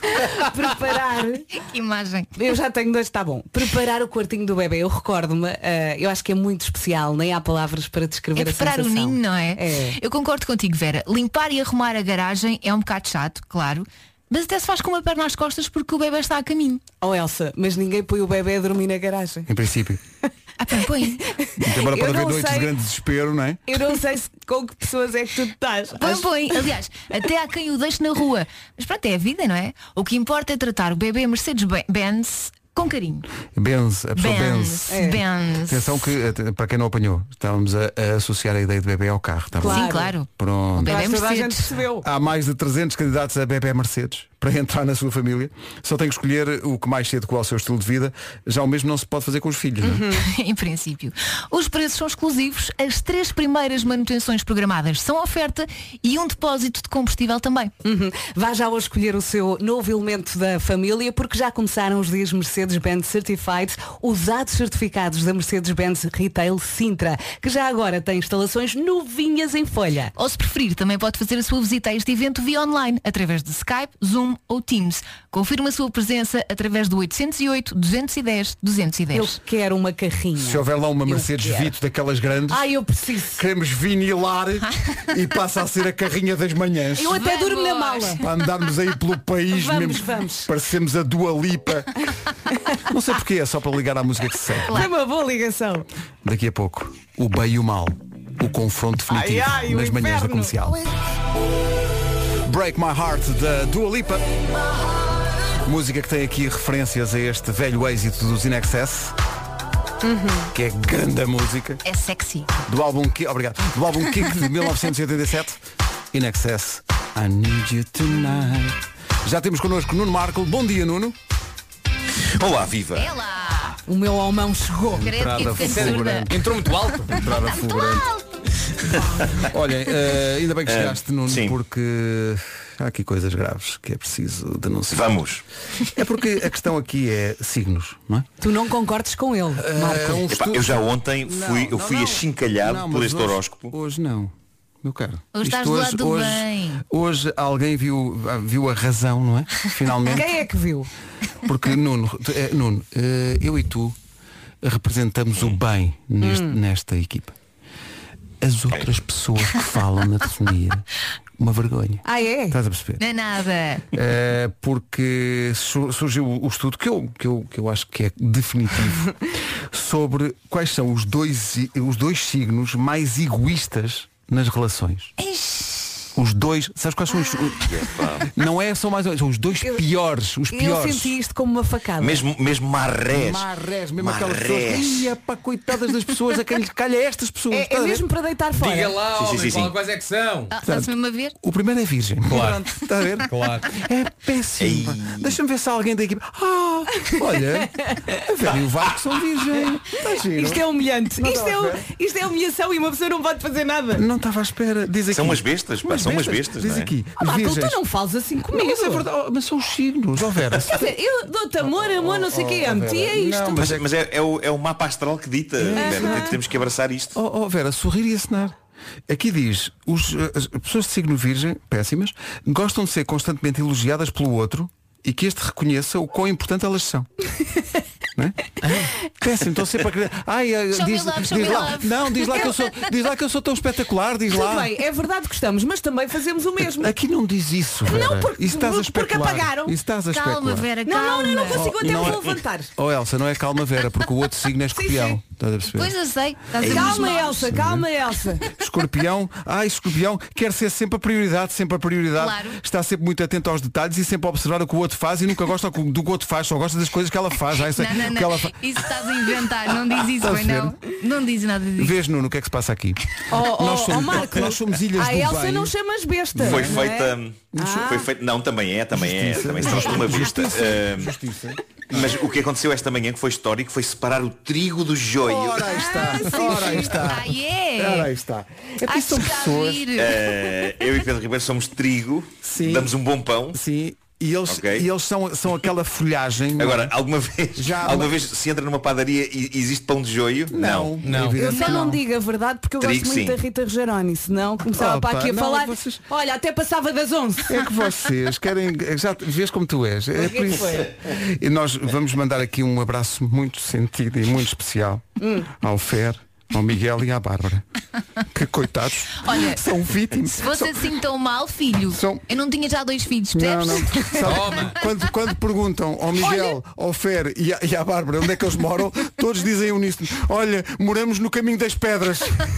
S5: Preparar.
S6: Que imagem.
S5: Eu já tenho dois, está bom. Preparar o quartinho do bebê, eu recordo-me, ah, eu acho que é muito especial, nem há palavras para descrever
S6: É
S5: a
S6: preparar o
S5: sensação.
S6: ninho, não é?
S5: É.
S6: Eu concordo contigo, Vera. Limpar e arrumar a garagem é um bocado chato, claro. Mas até se faz com uma perna às costas porque o bebê está a caminho.
S5: Oh Elsa, mas ninguém põe o bebê a dormir na garagem.
S1: Em princípio.
S6: Ah, põe, põe.
S1: Embora
S5: Eu
S1: para haver
S5: não
S1: noites
S5: sei.
S1: de grande desespero, não é?
S5: Eu não sei se, com que pessoas é que tu estás.
S6: Põe,
S5: Acho-
S6: põe. Aliás, até há quem o deixe na rua. Mas pronto, é a vida, não é? O que importa é tratar o bebê Mercedes-Benz com carinho.
S1: Benz, a pessoa Benz.
S6: Benz. Benz.
S1: Atenção que, at- para quem não apanhou, estávamos a, a associar a ideia de bebê ao carro. Tá bom?
S6: Sim, claro. O
S1: Pronto.
S6: bebê
S5: Acho que toda a gente
S6: Mercedes.
S5: percebeu.
S1: Há mais de trezentos candidatos a bebê Mercedes para entrar na sua família. Só tem que escolher o que mais se adequa ao seu estilo de vida. Já o mesmo não se pode fazer com os filhos. Não é?
S6: Em princípio. Os preços são exclusivos, as três primeiras manutenções programadas são oferta e um depósito de combustível também.
S5: Uhum. Vá já hoje escolher o seu novo elemento da família, porque já começaram os dias Mercedes-Benz Certified, usados certificados da Mercedes-Benz Retail Sintra, que já agora tem instalações novinhas em folha.
S6: Ou se preferir, também pode fazer a sua visita a este evento via online, através de Skype, Zoom ou Teams. Confirma a sua presença através do oitocentos e oito, duzentos e dez, duzentos e dez.
S5: Eu quero uma carrinha.
S1: Se houver lá uma
S5: Eu
S1: Mercedes
S5: quero.
S1: Vito daquelas grandes,
S5: Ai, eu preciso.
S1: queremos vinilar e passa a ser a carrinha das manhãs.
S5: Eu até durmo na
S6: Vamos.
S5: mala.
S1: Para andarmos aí pelo país
S5: Vamos,
S1: mesmo.
S5: vamos.
S1: Parecemos a Dua Lipa. Não sei porquê, é só para ligar à música que se segue.
S5: Foi uma boa ligação.
S1: Daqui a pouco, o bem e o mal. O confronto definitivo
S5: Ai, ai, o
S1: nas manhãs da
S5: inferno.
S1: comercial. Break My Heart da Dua Lipa. Música que tem aqui referências a este velho êxito dos In Excess. Que é grande a música.
S6: É sexy.
S1: Do álbum Kick, obrigado. Do álbum Kick de mil novecentos e oitenta e sete. In Excess. I need you tonight. Já temos connosco Nuno Marco. Bom dia, Nuno.
S12: Olá, viva!
S6: É lá.
S5: O meu homão chegou.
S6: Credo que
S1: Entrada
S6: fiquei
S1: fulgurante.
S6: surda.
S3: Entrou muito alto.
S1: Entrada fulgurante. Olhem, eh, ainda bem que chegaste, Nuno,
S12: sim.
S1: porque há aqui coisas graves que é preciso denunciar.
S12: Vamos!
S1: É porque a questão aqui é signos, não é?
S5: Tu não concordes com ele, Marco.
S1: É um
S12: Epá,
S1: estudo-
S12: eu já ontem fui, eu
S1: Não,
S12: fui
S1: não,
S12: achincalhado
S1: não,
S12: por
S1: mas
S12: este
S1: hoje-
S12: horóscopo.
S1: Hoje não, meu caro.
S6: Hoje
S1: Isto
S6: estás do lado do
S1: hoje,
S6: bem.
S1: hoje alguém viu, viu a razão, não é? Finalmente.
S5: Quem é que viu?
S1: Porque Nuno, tu- eh, Nuno eh, eu e tu representamos o bem neste- nesta equipa. As outras pessoas que falam na telefonia, uma vergonha.
S5: Ah, é?
S1: Estás a perceber?
S6: Não é nada.
S1: Eh, porque su- surgiu o estudo que eu, que, eu, que eu acho que é definitivo sobre quais são os dois, i- os dois signos mais egoístas nas relações. Os dois, sabes quais são os. Não é só mais são os dois
S5: Eu-
S1: piores, os
S5: Eu
S1: piores.
S5: senti isto como uma facada.
S12: Mesmo, mesmo marrés.
S1: Marrés, mesmo aquelas
S12: Marrés.
S1: pessoas. Ia para coitadas das pessoas, a quem lhes calha estas pessoas.
S5: É,
S1: Estás
S5: é
S1: a ver?
S5: mesmo para deitar fora.
S3: Diga lá,
S12: Sim, sim,
S3: homem,
S12: sim,
S3: qual-
S12: sim.
S3: quais é que são?
S6: Ah, Está-se mesmo a ver?
S1: O primeiro é virgem.
S3: Claro.
S1: Está a ver?
S3: Claro.
S1: É péssimo. pá. Deixa-me ver se há alguém da equipa. Ah, olha, a Vera e o Vasco são virgem. Está giro.
S5: Isto é humilhante.
S1: Não
S5: Isto é,
S1: estava à
S5: um- isto é humilhação e uma pessoa não pode fazer nada.
S1: Não estava à espera. Diz aqui.
S12: São umas bestas, pá, são umas bestas,
S1: Diz
S12: não é?
S1: aqui.
S5: Ah, Marco,
S1: virgens.
S5: tu não falas assim
S1: Não,
S5: comigo.
S1: mas é verdade. Oh, mas são os signos, ó Vera.
S5: Quer dizer, eu dou-te amor, amor, não sei o que
S1: oh,
S5: amo. E é
S1: Vera,
S5: isto.
S1: não,
S12: Mas, mas é, é o, é o mapa astral que dita. Vera, temos que abraçar isto.
S1: Oh, oh, Vera, sorrir e acenar. Aqui diz, os, as pessoas de signo virgem, péssimas, gostam de ser constantemente elogiadas pelo outro e que este reconheça o quão importante elas são. Não é? Péssimo, estou sempre a querer. Ai, ai,
S6: Show me
S1: diz,
S6: love, show
S1: diz
S6: me
S1: lá.
S6: love.
S1: Não, diz lá que eu sou, diz lá que eu sou tão espetacular, diz
S5: Tudo
S1: lá.
S5: bem, é verdade que estamos, mas também fazemos o mesmo.
S1: Aqui não diz isso, Vera.
S5: Não, porque-
S1: isso estás a
S5: porque
S1: especular.
S5: apagaram.
S1: Isso estás a
S6: Calma,
S1: especular.
S6: Vera,
S5: Não,
S6: calma.
S5: não, não, não consigo, até
S1: não
S5: me
S1: é-
S5: vou levantar.
S1: Oh Elsa, não é calma Vera, porque o outro signo é escorpião. Estás a perceber?
S6: Pois eu sei. Estás a ver os
S5: Calma,
S6: maus.
S5: Elsa, calma, Elsa.
S1: Escorpião, ai, escorpião quer ser sempre a prioridade, sempre a prioridade.
S6: Claro.
S1: Está sempre muito atento aos detalhes e sempre a observar o que o outro faz e nunca gosta do que o outro faz, só gosta das coisas que ela faz. Ai, sei
S6: Não, não,
S1: o que
S6: não.
S1: ela fa-
S6: Isso estás a inventar. Não diz isso,
S1: Estás a
S6: foi não. Não diz nada disso.
S1: Vês, Nuno, o que é que se passa aqui?
S5: Oh, oh,
S1: Nós somos-
S5: oh, Marco,
S1: nós somos ilhas
S5: a
S1: do
S5: Elsa
S1: bem.
S5: não chamas besta.
S12: Foi
S5: não é?
S12: feita.
S5: Ah.
S12: Foi feita. Não, também é, também é.
S1: Justiça.
S12: Também se transforma vista.
S1: Justiça.
S12: Ahm,
S1: Justiça.
S12: mas o que aconteceu esta manhã que foi histórico foi separar o trigo do joio.
S1: Ora aí está, ora aí está.
S6: Ah, yeah.
S1: Ora aí está. É porque
S6: Acho
S1: são
S6: que está a
S1: pessoas.
S6: vir.
S12: Eh, eu e Pedro Ribeiro somos trigo,
S1: Sim.
S12: damos um bom pão.
S1: Sim. E eles,
S12: Ok.
S1: e eles são, são aquela folhagem. não é?
S12: Agora, alguma vez,
S1: Já-
S12: alguma vez se entra numa padaria e e existe pão de joio?
S1: Não,
S3: Não.
S5: Eu
S1: evidente
S5: só
S1: que
S5: não digo a verdade porque eu
S12: Trigo,
S5: gosto muito
S12: sim.
S5: da Rita Rogeroni, senão começava
S1: Opa,
S5: para aqui a
S1: não,
S5: falar.
S1: vocês-
S5: Olha, até passava das onze.
S1: É que vocês querem. Já vês como tu és. É
S5: que
S1: por
S5: é que
S1: isso.
S5: foi?
S1: E nós vamos mandar aqui um abraço muito sentido e muito especial
S5: Hum.
S1: ao Fer, ao Miguel e à Bárbara. Que coitados.
S6: Olha,
S1: são vítimas.
S6: Se fosse assim tão mal, filho,
S1: São-
S6: eu não tinha já dois filhos,
S1: Não,
S6: percebes?
S1: não. Sabe,
S3: Toma.
S1: quando, quando perguntam ao Miguel, ao Fer e à, e à Bárbara onde é que eles moram, todos dizem uníssono: olha, moramos no caminho das pedras.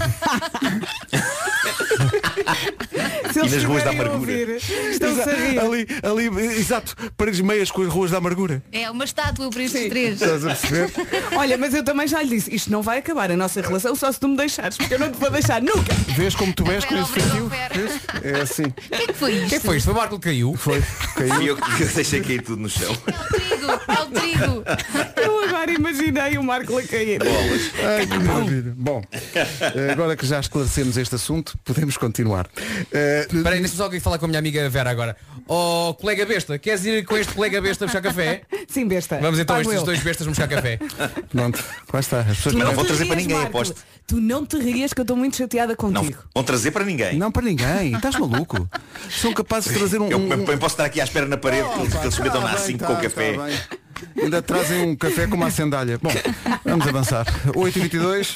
S5: Se
S12: E
S5: eles
S12: nas ruas da
S5: estiverem a
S12: amargura.
S5: ouvir, estão-se a rir.
S1: ali, ali, exato, paredes meias com as ruas da amargura.
S6: É uma estátua para estes três.
S1: Estás a perceber?
S5: Olha, mas eu também já lhe disse, isto não vai acabar a nossa relação só se tu me deixares, porque eu não te vou deixar nunca.
S1: Vês como tu és com
S6: Vera,
S1: esse
S6: obrigou,
S1: feitio?
S6: Vera.
S1: Vês? É assim.
S6: O que é que foi isto?
S3: O que é que foi isto? Foi o Marco que caiu?
S1: Foi. Caiu.
S12: Fui eu que deixei cair tudo no chão.
S6: É o trigo, é o trigo.
S5: Eu agora imaginei o Marco a cair.
S1: Ai, que maravilha. Bom, agora que já esclarecemos este assunto, podemos continuar. Eh,
S3: Espera aí, deixa-me só aqui falar com a minha amiga Vera agora. Oh, colega besta, queres ir com este colega besta buscar café?
S5: Sim, besta.
S3: Vamos então
S5: Pago
S3: estes
S5: eu.
S3: dois bestas buscar café.
S1: Pronto, lá está. As pessoas
S5: Tu
S12: Não
S5: te
S12: vou trazer para
S5: rias,
S12: ninguém,
S5: Marco.
S12: aposto.
S5: Tu não te rias que eu estou muito chateada
S12: Não
S5: contigo.
S12: vão trazer para ninguém.
S1: Não para ninguém, estás maluco. São capazes de trazer um.
S12: Eu
S1: um-
S12: eu posso estar aqui à espera na parede que eles- que eles se metam
S1: Tá
S12: na
S1: bem,
S12: assim
S1: tá,
S12: com o café.
S1: tá bem. Ainda trazem um café com uma sandália. Bom, vamos avançar. oito e vinte e dois.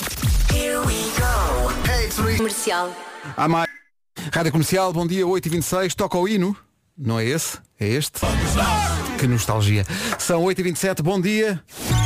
S7: Comercial.
S1: Há mais. Rádio Comercial, bom dia, oito e vinte e seis. Toca o hino. Não é esse? É este? Que nostalgia. São oito e vinte e sete, bom dia.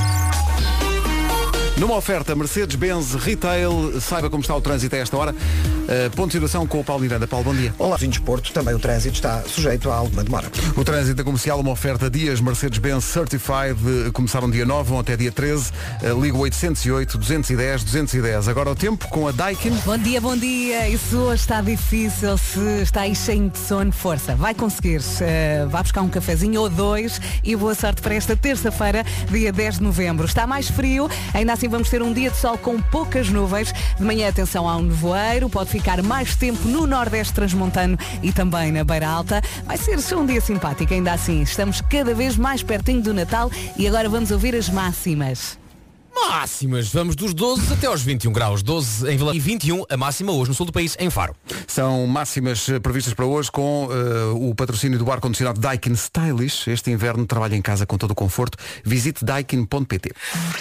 S1: Numa oferta Mercedes-Benz Retail, saiba como está o trânsito a esta hora. Uh, ponto de situação com o Paulo Miranda. Paulo, bom dia.
S4: Olá, em desporto, também o trânsito está sujeito a alguma demora.
S1: O trânsito da comercial, uma oferta dias Mercedes-Benz Certified, uh, começaram dia nove, vão até dia treze. Uh, liga oitocentos e oito, duzentos e dez, duzentos e dez. Agora o tempo com a Daikin.
S5: Bom dia, bom dia. Isso hoje está difícil, se está aí cheio de sono, força. Vai conseguir. Uh, vá buscar um cafezinho ou dois e boa sorte para esta terça-feira, dia dez de novembro. Está mais frio, ainda assim vamos ter um dia de sol com poucas nuvens. De manhã atenção ao nevoeiro, pode ficar mais tempo no Nordeste Transmontano e também na Beira Alta. Vai ser só um dia simpático, ainda assim. Estamos cada vez mais pertinho do Natal e agora vamos ouvir as máximas.
S3: Máximas, vamos dos doze até aos vinte e um graus. doze em Vila e vinte e um a máxima hoje no sul do país, em Faro.
S1: São máximas eh, previstas para hoje com uh, o patrocínio do ar-condicionado Daikin Stylish. Este inverno trabalha em casa com todo o conforto. Visite daikin ponto pt.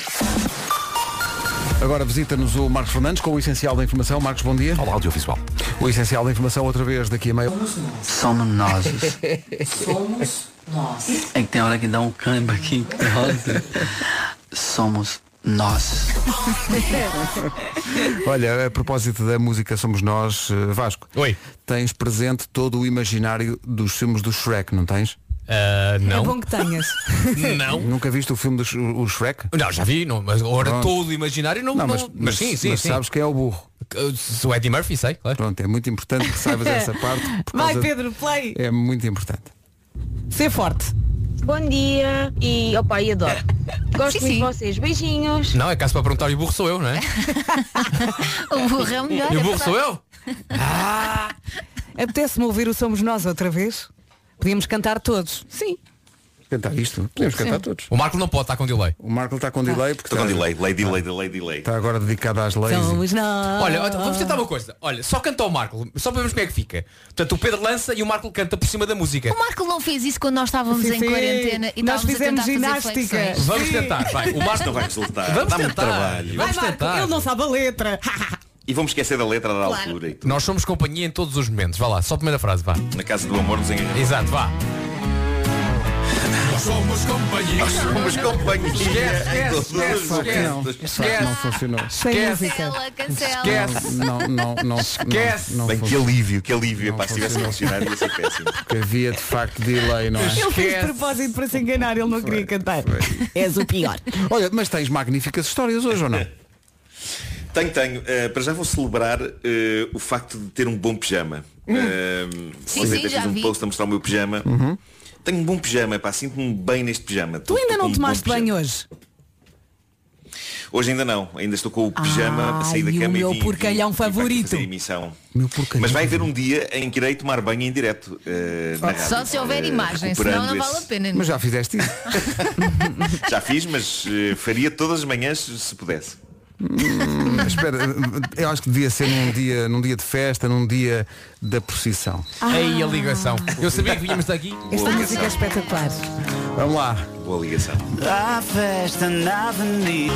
S1: Agora visita-nos o Marcos Fernandes com o essencial da informação. Marcos, bom dia.
S11: Olá, audiovisual.
S1: O essencial da informação outra vez daqui a meio.
S13: Somos nós. Somos nós. É que tem hora que dá um câmbio aqui. Nossa. Somos nós.
S1: Olha, a propósito da música Somos Nós, eh, Vasco.
S3: Oi.
S1: Tens presente todo o imaginário dos filmes do Shrek, não tens?
S3: Uh, não.
S5: É bom que tenhas.
S3: Não.
S1: Nunca viste o filme do Sh- o Shrek?
S3: Não, já vi, não, mas agora
S1: Pronto.
S3: todo o imaginário não,
S1: Não,
S3: não-
S1: mas,
S3: mas,
S1: mas-
S3: sim, sim,
S1: mas
S3: sim.
S1: sabes quem é o burro.
S3: Uh, O Eddie Murphy, sei, claro.
S1: Pronto, é muito importante que saibas essa parte. por
S5: Vai,
S1: causa-
S5: Pedro, play.
S1: É muito importante.
S5: Ser forte.
S10: Bom dia e opa, e adoro. Gosto
S6: Sim,
S10: muito
S6: sim.
S10: de vocês. Beijinhos.
S3: Não, é caso para perguntar e o burro sou eu, não é?
S6: O burro é o melhor.
S3: E o
S6: é
S3: burro
S6: verdade.
S3: sou eu?
S5: Apetece-me ouvir o Somos Nós outra vez? Podíamos cantar todos. Sim.
S1: Cantar isto? Podemos
S3: Sim.
S1: cantar todos.
S3: O Marco não pode estar com delay.
S1: O Marco está com delay porque
S12: Estou com
S1: está,
S12: delay, lei delay, delay, delay.
S1: está agora dedicado às leis.
S5: Somos nós.
S3: Olha, vamos tentar uma coisa. Olha, só canta o Marco, só para vermos como é que fica. Portanto, o Pedro lança e o Marco canta por cima da música.
S6: O Marco não fez isso quando nós estávamos
S5: Sim,
S6: em
S5: sim.
S6: quarentena e
S5: Nós
S6: estávamos a
S5: fizemos
S6: tentar fazer
S5: ginástica.
S6: flexões.
S3: Vamos
S5: Sim.
S3: tentar, vai. O Marco
S12: Não vai resultar.
S3: Vamos
S12: Dá muito
S3: tentar.
S12: trabalho.
S3: Vamos
S5: Vai, Marco,
S3: tentar.
S5: ele não sabe a letra.
S12: E vamos esquecer da letra da altura e tudo.
S3: Nós somos companhia em todos os momentos. Vá lá, só a primeira frase, vá.
S12: Na casa do amor nos enganamos.
S3: Exato, vá. Nós somos companhia.
S12: Nós somos companhia.
S3: Esquece,
S12: em
S3: esquece,
S12: todos os
S3: esquece,
S12: momentos.
S3: esquece.
S1: Não funcionou.
S5: Sem
S3: Esquece.
S5: música.
S6: Cancela, cancela.
S3: Esquece.
S1: Não, não, não,
S3: Esquece.
S1: Não, não
S12: Bem, que
S1: funcionou.
S12: alívio, que alívio.
S1: Não
S12: Pá, se tivesse a funcionar ia ser péssimo.
S1: Porque havia de facto delay, não é?
S5: Ele fez de
S3: Esquece.
S5: propósito para se enganar, ele não queria cantar. És o pior.
S1: Olha, mas tens magníficas histórias hoje ou não?
S12: Tenho, tenho. Uh, para já vou celebrar uh, o facto de ter um bom pijama. Uh,
S6: Sim,
S12: ontem
S6: sim,
S12: até
S6: já
S12: fiz um
S6: vi.
S12: post a mostrar o meu pijama.
S1: Uhum.
S12: Tenho um bom pijama, pá, sinto-me bem neste pijama.
S5: Tu ainda não tomaste banho hoje?
S12: Hoje ainda não, ainda estou com o pijama a sair da
S5: Ai, o
S12: cama
S5: meu
S12: e vim,
S5: porcalhão
S12: vim, vim para aqui
S5: favorito.
S12: fazer a emissão.
S1: Meu porcalhão
S12: Mas vai haver um dia em que irei tomar banho em direto uh, na rádio.
S6: Só se houver
S12: Uh,
S6: imagem,
S12: recuperando
S6: senão não
S12: esse-
S6: vale a pena.
S1: Mas já fizeste isso?
S12: Já fiz, mas uh, faria todas as manhãs se pudesse.
S1: Hum, espera, eu acho que devia ser num dia, num dia de festa, num dia da procissão.
S3: Aí a ligação. Eu sabia que vinhamos daqui.
S5: Esta
S12: Boa
S5: música é
S12: ligação.
S5: espetacular.
S1: Vamos lá.
S12: Boa ligação.
S13: A festa na avenida.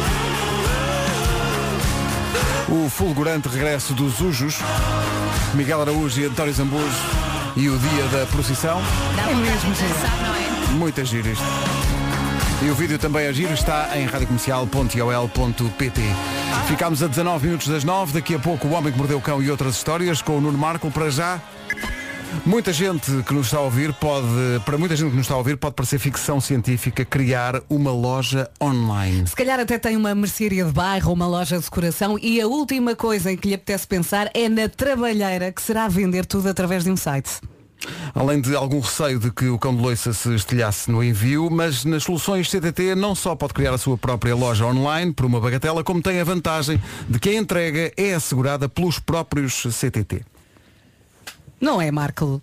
S1: O fulgurante regresso dos Ujos, Miguel Araújo e António Zambujo e o dia da procissão.
S6: Dá vontade de dançar, não é?
S1: Muita giro isto. E o vídeo também é giro, está em radiocomercial ponto i o l ponto p t. Ficámos a dezanove minutos das nove, daqui a pouco o Homem que Mordeu o Cão e outras histórias com o Nuno Marco. Para já, muita gente que nos está a ouvir pode, para muita gente que nos está a ouvir pode parecer ficção científica criar uma loja online.
S5: Se calhar até tem uma mercearia de bairro ou uma loja de decoração e a última coisa em que lhe apetece pensar é na trabalheira que será vender tudo através de um site.
S1: Além de algum receio de que o cão de loiça se estilhasse no envio, mas nas soluções C T T não só pode criar a sua própria loja online por uma bagatela, como tem a vantagem de que a entrega é assegurada pelos próprios C T T.
S5: Não é, Marco?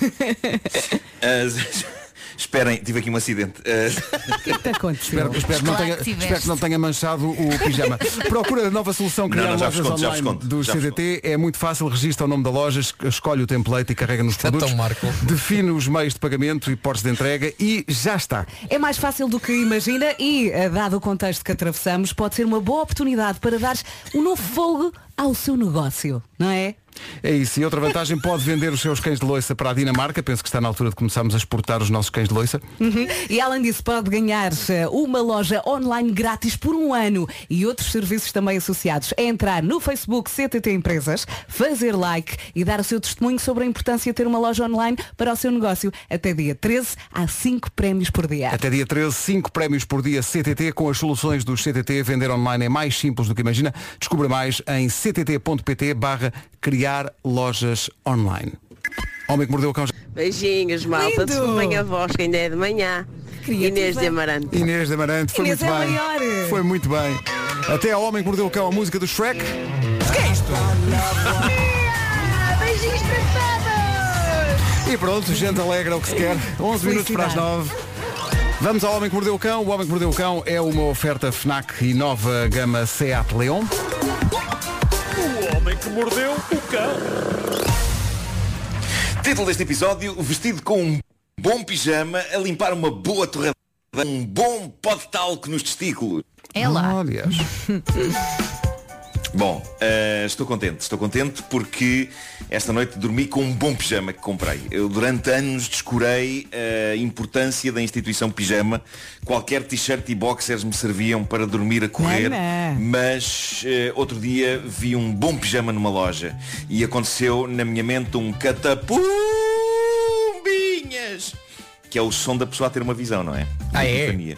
S12: Uh, esperem, tive aqui um acidente. Uh,
S5: O que é que te aconteceu?
S1: Espero, espero, que não
S6: Claro
S1: tenha,
S6: que tiveste.
S1: espero que não tenha manchado o pijama. Procura a nova solução criar
S12: Não, não, já
S1: lojas
S12: vos conto, já vos
S1: online
S12: conto,
S1: do
S12: já
S1: C
S12: vos
S1: T T. É muito fácil, registra o nome da loja, es- escolhe o template e carrega nos
S3: Então,
S1: produtos.
S3: Marco.
S1: Define os meios de pagamento e portos de entrega e já está.
S5: É mais fácil do que imagina e, eh, dado o contexto que atravessamos, pode ser uma boa oportunidade para dar um novo fogo ao seu negócio, não é?
S1: É isso. E outra vantagem, pode vender os seus cães de loiça para a Dinamarca. Penso que está na altura de começarmos a exportar os nossos cães de loiça.
S5: Uhum. E além disso pode ganhar eh, uma loja online grátis por um ano e outros serviços também associados. É entrar no Facebook C T T Empresas, fazer like e dar o seu testemunho sobre a importância de ter uma loja online para o seu negócio. Até dia treze há cinco prémios por dia.
S1: Até dia treze, cinco prémios por dia C T T. Com as soluções do C T T, vender online é mais simples do que imagina. Descubra mais em c t t ponto p t barra criar lojas online. Homem que Mordeu o Cão.
S14: Beijinhos, malta.
S5: Lindo!
S14: Desculpem a voz, que ainda é de manhã.
S5: Criativa.
S14: Inês de Amarante.
S1: Inês de Amarante, foi
S5: Inês
S1: muito
S5: é
S1: bem.
S5: maior.
S1: Foi muito bem. Até ao Homem que Mordeu o Cão, a música do Shrek.
S3: O que é isto?
S14: Beijinhos para todos!
S1: E pronto, gente alegra o que se quer. onze minutos para as nove. Vamos ao Homem que Mordeu o Cão. O Homem que Mordeu o Cão é uma oferta FNAC e nova gama Seat Leon.
S11: O homem que mordeu o cão.
S12: Título deste episódio: vestido com um bom pijama a limpar uma boa torrada, um bom pó de talco nos testículos.
S6: É lá.
S1: Aliás.
S12: Bom, uh, estou contente, estou contente porque esta noite dormi com um bom pijama que comprei. Eu durante anos descurei a importância da instituição pijama. Qualquer t-shirt e boxers me serviam para dormir a correr,
S5: Não, não.
S12: mas uh, outro dia vi um bom pijama numa loja e aconteceu na minha mente um catapumbinhas, que é o som da pessoa a ter uma visão, não é?
S3: Ah, é?
S12: Epifania.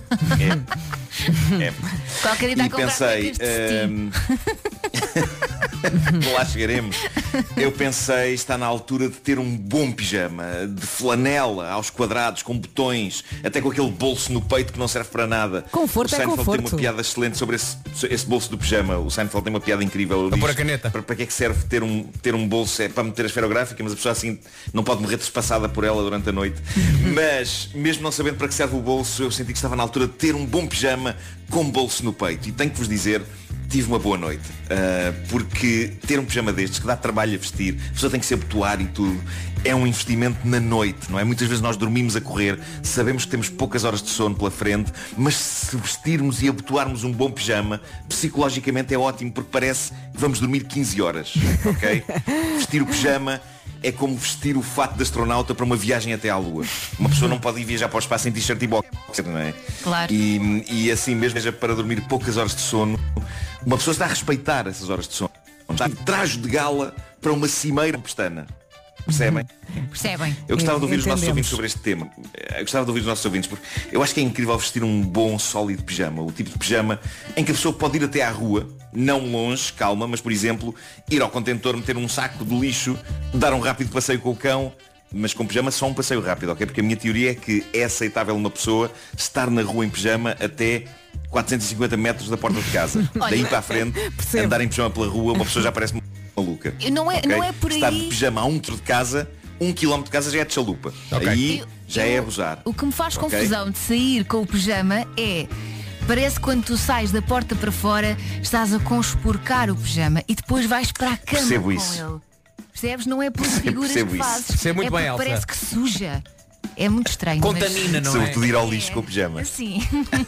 S12: É. É.
S6: Qualquer dia está a
S12: E
S6: comprar
S12: pensei,
S6: cuecas de Steam.
S12: ehm, lá chegaremos. Eu pensei, está na altura de ter um bom pijama, de flanela, aos quadrados, com botões, até com aquele bolso no peito que não serve para nada.
S5: Conforto
S12: o Seinfeld
S5: é conforto.
S12: tem uma piada excelente sobre esse, esse bolso do pijama. O Seinfeld tem uma piada incrível.
S3: Para pôr a caneta.
S12: Para, para que é que serve ter um, ter um bolso? É para meter a esferográfica, mas a pessoa assim não pode morrer trespassada por ela durante a noite. Mas, mesmo não sabendo para que serve o bolso, eu senti que estava na altura de ter um bom pijama com bolso no peito. E tenho que vos dizer, tive uma boa noite. Uh, porque ter um pijama destes que dá trabalho a vestir, a pessoa tem que se abotoar e tudo, é um investimento na noite, não é? Muitas vezes nós dormimos a correr, sabemos que temos poucas horas de sono pela frente, mas se vestirmos e abotoarmos um bom pijama, psicologicamente é ótimo, porque parece que vamos dormir quinze horas, ok? Vestir o pijama é como vestir o fato de astronauta para uma viagem até à Lua. Uma pessoa não pode ir viajar para o espaço em t-shirt e boxer, não é?
S6: Claro.
S12: E, e assim mesmo, seja para dormir poucas horas de sono, uma pessoa está a respeitar essas horas de sono. Está de traje de gala para uma cimeira pestana. Percebem?
S6: Percebem?
S12: Eu gostava de ouvir os nossos
S5: Entendemos.
S12: ouvintes sobre este tema. Eu gostava de ouvir os nossos ouvintes, porque eu acho que é incrível vestir um bom, sólido pijama. O tipo de pijama em que a pessoa pode ir até à rua, não longe, calma, mas por exemplo, ir ao contentor, meter um saco de lixo, dar um rápido passeio com o cão, mas com pijama só um passeio rápido, ok? Porque a minha teoria é que é aceitável uma pessoa estar na rua em pijama até quatrocentos e cinquenta metros da porta de casa.
S6: Olha,
S12: Daí para a frente,
S5: percebo.
S12: andar em pijama pela rua, uma pessoa já parece maluca.
S6: Não é-
S12: ok?
S6: não é por
S12: Estar
S6: aí.
S12: de pijama a um quilómetro de casa, um quilómetro de casa já é de chalupa.
S3: Ok.
S12: Aí
S6: Eu-
S12: já
S6: eu-
S12: é abusar.
S6: O que me faz
S12: Ok?
S6: confusão de sair com o pijama é, parece que quando tu sais da porta para fora, estás a conspurcar o pijama e depois vais para a cama
S12: Percebo
S6: com
S12: isso.
S6: ele. Percebes? Não é por figuras
S12: Percebo
S6: que
S12: isso.
S6: fazes.
S3: Percebo muito
S6: é
S3: bem,
S6: porque
S3: Elsa.
S6: parece que suja. É muito estranho.
S3: Contamina, não é?
S12: Sobretudo ir ao lixo com o pijama.
S6: Sim.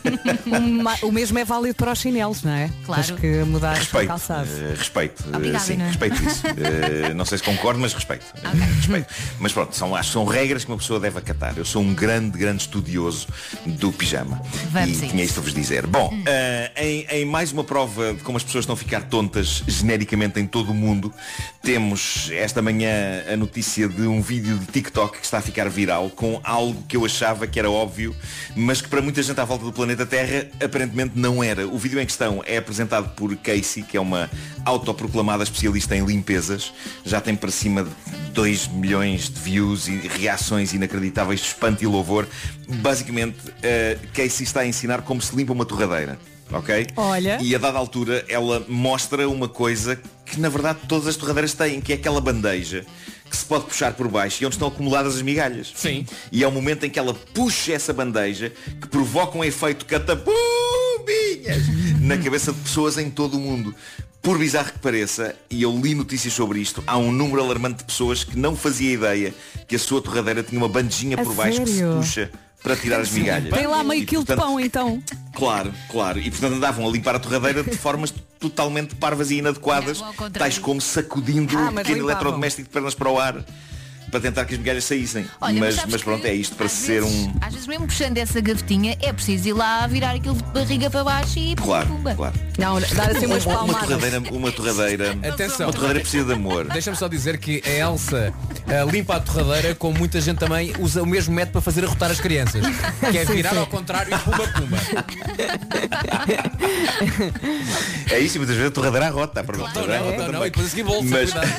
S5: Uma- o mesmo é válido para os chinelos, não é?
S6: Claro.
S5: Tens que mudar o
S12: Respeito,
S5: calçado.
S12: eh, respeito, eh,
S6: Obrigada,
S12: sim,
S6: não é?
S12: respeito isso. Eh, não sei se concordo, mas respeito. Eh, respeito. Mas pronto, são, acho que são regras que uma pessoa deve acatar. Eu sou um grande, grande estudioso do pijama.
S6: Vamos
S12: e
S6: a isso.
S12: tinha isto a vos dizer. Bom, eh, em, em mais uma prova de como as pessoas estão a ficar tontas genericamente em todo o mundo, temos esta manhã a notícia de um vídeo de TikTok que está a ficar viral com algo que eu achava que era óbvio, mas que para muita gente à volta do planeta Terra aparentemente não era. O vídeo em questão é apresentado por Casey, que é uma autoproclamada especialista em limpezas. Já tem para cima de dois milhões de views e reações inacreditáveis de espanto e louvor. Basicamente, uh, Casey está a ensinar como se limpa uma torradeira. Ok?
S5: Olha.
S12: E a dada altura ela mostra uma coisa que na verdade todas as torradeiras têm, que é aquela bandeja que se pode puxar por baixo e onde estão acumuladas as migalhas.
S3: Sim.
S12: E é o momento em que ela puxa essa bandeja que provoca um efeito catapumbinhas na cabeça de pessoas em todo o mundo. Por bizarro que pareça, e eu li notícias sobre isto, há um número alarmante de pessoas que não fazia ideia que a sua torradeira tinha uma bandejinha
S5: A
S12: por baixo que se
S5: sério?
S12: puxa para tirar as migalhas.
S5: Tem lá meio
S12: E,
S5: quilo de
S12: portanto,
S5: pão, então.
S12: Claro, claro. E portanto andavam a limpar a torradeira de formas totalmente parvas e inadequadas,
S6: Não, ao contrário.
S12: tais como sacudindo
S5: Ah,
S12: um
S5: mas
S12: pequeno
S5: limpavam.
S12: eletrodoméstico de pernas para o ar para tentar que as migalhas saíssem.
S6: Olha,
S12: mas,
S6: sabes
S12: mas pronto,
S6: que
S12: é isto para
S6: às
S12: ser
S6: vezes-
S12: um.
S6: Às vezes mesmo puxando essa gavetinha é preciso ir lá virar aquilo de barriga para baixo e
S12: Claro,
S6: pumba.
S12: claro.
S5: Não, dar assim umas
S12: Uma, uma
S5: palmadas.
S12: torradeira, uma torradeira.
S3: Atenção.
S12: Uma torradeira precisa de amor.
S3: Deixa-me só dizer que a Elsa eh, limpa a torradeira, como muita gente também usa o mesmo método para fazer arrotar as crianças. Que é
S5: Sim,
S3: virar
S5: sim.
S3: ao contrário e pumba pumba.
S12: É isso, e muitas vezes a torradeira arrota. Claro,
S3: Não, não, não, não, e depois a seguir bolsa,
S12: Mas-
S3: cuidado.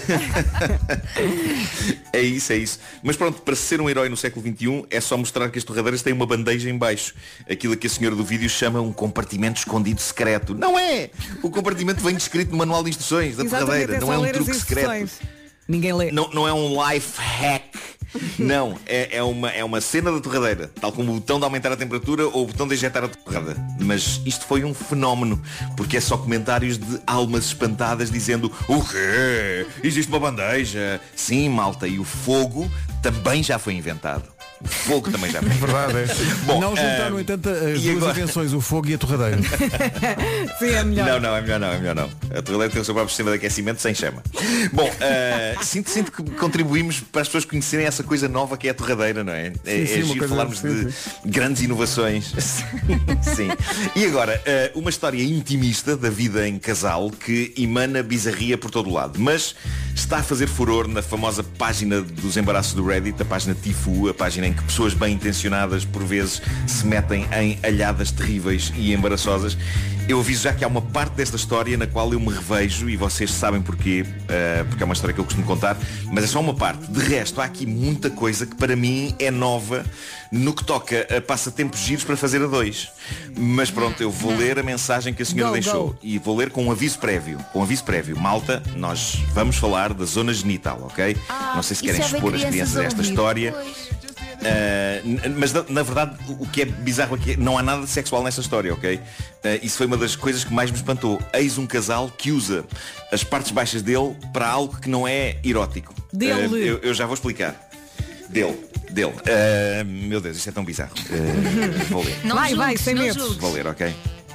S12: É isso, é isso. Mas pronto, para ser um herói no século vinte e um é só mostrar que as torradeiras têm uma bandeja em baixo. Aquilo que a senhora do vídeo chama um compartimento escondido secreto. Não é! O compartimento vem descrito no manual de instruções da
S5: Exatamente,
S12: torradeira.
S5: é
S12: Não
S5: só
S12: é um
S5: ler as
S12: truque secreto.
S5: instruções. Ninguém lê.
S12: Não, não é um life hack. Não, é, é, uma, é uma cena da torradeira. Tal como o botão de aumentar a temperatura ou o botão de injetar a torrada. Mas isto foi um fenómeno. Porque é só comentários de almas espantadas dizendo: o quê? Existe uma bandeja? Sim, malta. E o fogo também já foi inventado. O fogo também já foi inventado.
S1: Verdade, é.
S12: Bom,
S1: não juntar,
S12: ah,
S1: no entanto, as
S12: e
S1: duas
S12: agora?
S1: invenções, o fogo e a torradeira.
S5: Sim, é melhor.
S12: Não, não, é melhor não, é melhor não. A torradeira tem o seu próprio sistema de aquecimento sem chama. Bom, uh, sinto, sinto que contribuímos para as pessoas conhecerem essa coisa nova que é a torradeira, não é? É,
S1: Sim, sim,
S12: é
S1: uma
S12: giro
S1: coisa-
S12: falarmos
S1: sim,
S12: de grandes inovações. Sim. E agora, uh, uma história intimista da vida em casal que emana bizarria por todo o lado, mas está a fazer furor na famosa página dos embaraços do Reddit, a página Tifu, a página em que pessoas bem intencionadas por vezes se metem em alhadas terríveis e embaraçosas. Eu aviso já que há uma parte desta história na qual eu me revejo, e vocês sabem porquê, uh, porque é uma história que eu costumo contar, mas é só uma parte. De resto, há aqui muita coisa que para mim é nova no que toca a passatempos giros para fazer a dois. Mas pronto, eu vou ler a mensagem que a senhora
S5: Go,
S12: deixou
S5: go.
S12: e vou ler com um aviso prévio. Com um aviso prévio. Malta, nós vamos falar da zona genital, ok?
S6: Ah,
S12: Não sei se
S6: e
S12: querem
S6: se houver
S12: expor as
S6: crianças
S12: crianças a
S6: a
S12: esta
S6: ouvir?
S12: história.
S6: Pois.
S12: Uh, n- mas na, na verdade o que é bizarro aqui é que não há nada de sexual nesta história, ok? Uh, isso foi uma das coisas que mais me espantou. Eis um casal que usa as partes baixas dele para algo que não é erótico.
S5: Dele.
S12: Uh, eu, eu já vou explicar. Dele. Dele. Uh, meu Deus, isto é tão bizarro. Uh, vou ler.
S6: Não
S5: Vai, vai,
S6: julgues,
S5: sem
S6: não
S5: medo.
S6: julgues.
S12: Vou ler, ok?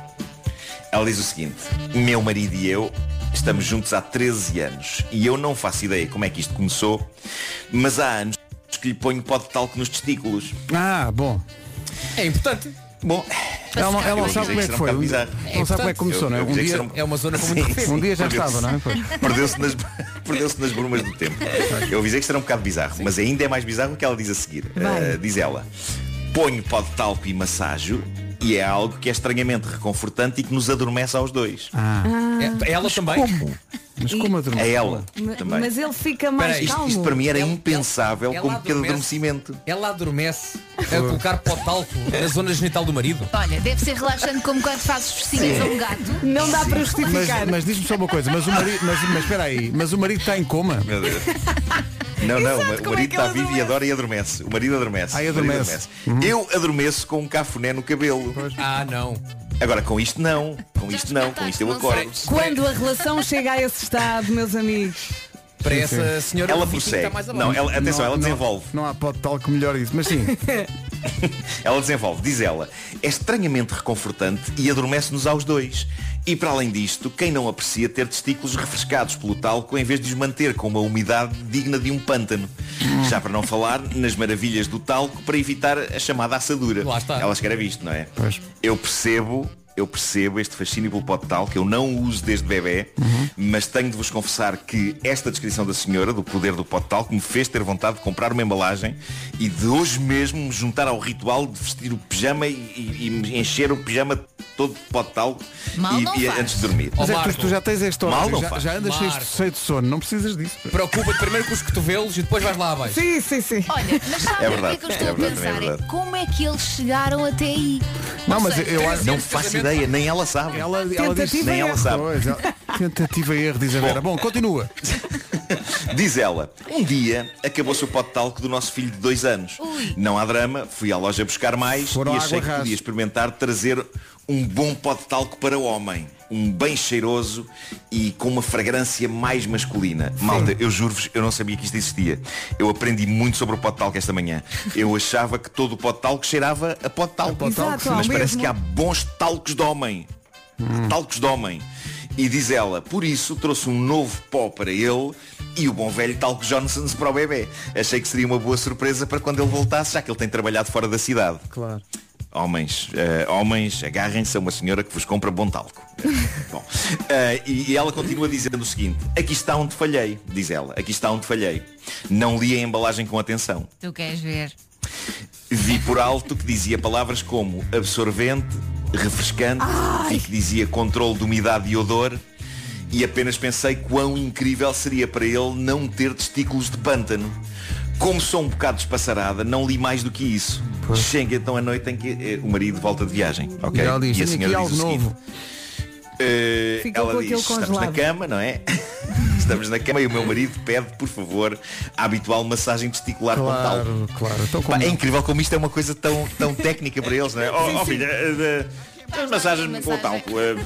S12: Ela diz o seguinte: meu marido e eu estamos juntos há treze anos e eu não faço ideia como é que isto começou, mas há anos que lhe ponho pó de talco nos testículos.
S1: Ah, bom.
S3: É importante.
S12: Bom,
S1: Ela não, ela
S12: eu
S1: não
S12: avisei
S1: sabe como é
S12: que
S1: que
S12: será um
S1: foi.
S12: bocado
S1: Não
S12: bizarro.
S1: sabe como é que começou,
S12: Eu-
S1: não é?
S12: eu
S1: Um
S12: avisei que
S1: dia,
S12: será um-
S3: É uma zona com muito
S12: Sim,
S3: defeito.
S1: um dia já
S12: Perdeu-se.
S1: estava, não é? Pois.
S12: Perdeu-se nas, perdeu-se nas brumas do tempo. Eu avisei que isto era um bocado bizarro, mas ainda é mais bizarro o que ela diz a seguir. Uh, diz ela: ponho pó de talco e massajo e é algo que é estranhamente reconfortante e que nos adormece aos dois.
S1: Ah,
S3: É, ela também.
S12: Como?
S1: mas como adormeceu?
S12: É ela
S5: Ma-
S12: também.
S5: Mas ele fica mais
S3: Peraí,
S12: Isto,
S5: calmo.
S12: isto para mim era
S3: Ela-
S12: impensável
S3: ela
S12: como pequeno
S3: adormece.
S12: adormecimento.
S3: Ela adormece a colocar pó de talco na zona genital do marido.
S6: Olha, deve ser relaxante como quando fazes festinhas a um gato.
S5: Não dá para
S1: Mas,
S5: justificar.
S1: mas diz-me só uma coisa, mas o marido, mas, mas espera aí, mas o marido está em coma?
S12: Meu Deus. Não, não,
S5: Exato,
S12: o
S5: como é
S12: marido
S5: que
S12: está
S5: ele
S12: vivo e
S5: adormece?
S12: adora e adormece. O marido adormece.
S1: Ah,
S12: O marido
S1: adormece. Uhum.
S12: Eu adormeço com um cafuné no cabelo.
S3: Ah, não.
S12: Agora com isto não. Com isto não. Com isto eu
S6: Não
S12: acordo.
S6: sabes.
S5: Quando a relação chega a esse estado, meus amigos.
S3: Para
S1: Sim,
S3: essa senhora
S12: Ela
S3: o viking
S12: prossegue.
S3: está mais
S12: Não,
S3: abaixo.
S12: ela, atenção,
S1: Não,
S12: ela
S1: não,
S12: desenvolve.
S1: Não há pó de talco melhor isso, mas sim.
S12: Ela desenvolve, diz ela, é estranhamente reconfortante e adormece-nos aos dois. E para além disto, quem não aprecia ter testículos refrescados pelo talco em vez de os manter com uma umidade digna de um pântano? Já para não falar nas maravilhas do talco para evitar a chamada assadura.
S3: Lá está.
S12: Ela escreve isto, não é?
S1: Pois.
S12: Eu percebo, eu percebo este fascínio pelo pó de talco, eu não o uso desde bebê, mas tenho de vos confessar que esta descrição da senhora, do poder do pó de talco, me fez ter vontade de comprar uma embalagem e de hoje mesmo me juntar ao ritual de vestir o pijama e, e- e encher o pijama todo de pó de talco
S6: Mal não
S12: e, e
S6: faz.
S12: antes de dormir.
S1: Mas
S3: Ó,
S1: é que tu,
S3: Marco.
S1: tu já tens esta hora,
S12: Mal não
S1: já,
S12: faz.
S1: já andas cheio de,
S3: Marco.
S1: cheio de sono, não precisas disso.
S3: Preocupa-te primeiro com os cotovelos e depois vais lá abaixo.
S5: Sim, sim, sim.
S6: Olha, mas sabe
S12: É
S6: o que é
S12: verdade,
S6: que eu estou
S12: é
S6: a
S12: verdade,
S6: pensar?
S12: é verdade.
S6: Como é que eles chegaram até aí?
S1: Não,
S6: Ou
S1: mas
S6: seja,
S1: eu acho
S12: Não faço ideia, nem ela sabe.
S1: ela, ela diz
S5: Tentativa
S12: Nem
S5: e
S12: ela
S5: erro.
S12: sabe.
S1: Pois, ela- tentativa e erro, diz a Vera. Bom, continua.
S12: Diz ela, um dia acabou-se o pó de talco do nosso filho de dois anos.
S6: Ui.
S12: Não há drama, fui à loja buscar mais
S1: Foram
S12: e
S1: à
S12: achei
S1: água
S12: que
S1: rasa.
S12: podia experimentar trazer um bom pó de talco para o homem. Um bem cheiroso e com uma fragrância mais masculina. Malta, eu juro-vos, eu não sabia que isto existia. Eu aprendi muito sobre o pó de talco esta manhã. Eu achava que todo o pó de talco cheirava a pó de talco.
S5: Exato, ao
S12: Mas parece
S5: mesmo.
S12: que há bons talcos de homem. Talcos de homem. E diz ela, por isso trouxe um novo pó para ele e o bom velho talco Johnson's para o bebê. Achei que seria uma boa surpresa para quando ele voltasse, já que ele tem trabalhado fora da cidade.
S1: Claro.
S12: Homens, eh, homens, agarrem-se a uma senhora que vos compra bom talco. Bom, eh, e, e ela continua dizendo o seguinte, aqui está onde falhei, diz ela, aqui está onde falhei. Não li a embalagem com atenção.
S6: Tu queres ver?
S12: Vi por alto que dizia palavras como absorvente, refrescante e que dizia controle de umidade e odor e apenas pensei quão incrível seria para ele não ter testículos de pântano. Como sou um bocado despassarada, não li mais do que isso. Chega então a noite em que eh, o marido volta de viagem, ok?
S1: E ela diz,
S12: e a
S1: "Tenho
S12: senhora
S1: aqui
S12: diz o
S1: algo
S12: seguinte,
S1: novo."
S12: eh,
S5: Ficou
S12: ela
S5: com
S12: diz,
S5: aquele
S12: estamos na
S5: congelado.
S12: cama, não é? Estamos na cama e o meu marido pede, por favor, a habitual massagem testicular com talco.
S1: Claro, claro. Então,
S12: Pá,
S1: como
S12: é
S1: não?
S12: incrível como isto é uma coisa tão, tão técnica para eles, não é? Oh, oh filha, eh, eh, as massagens com o talco. eh.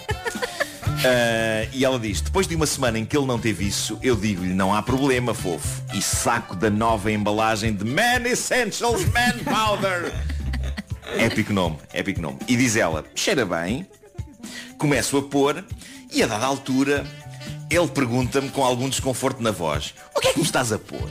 S12: Ah, e ela diz, depois de uma semana em que ele não teve isso, eu digo-lhe, não há problema, fofo. E saco da nova embalagem de Man Essentials Man Powder. Épico nome, épico nome. E diz ela, cheira bem, começo a pôr e a dada altura ele pergunta-me com algum desconforto na voz, o que é que me estás a pôr?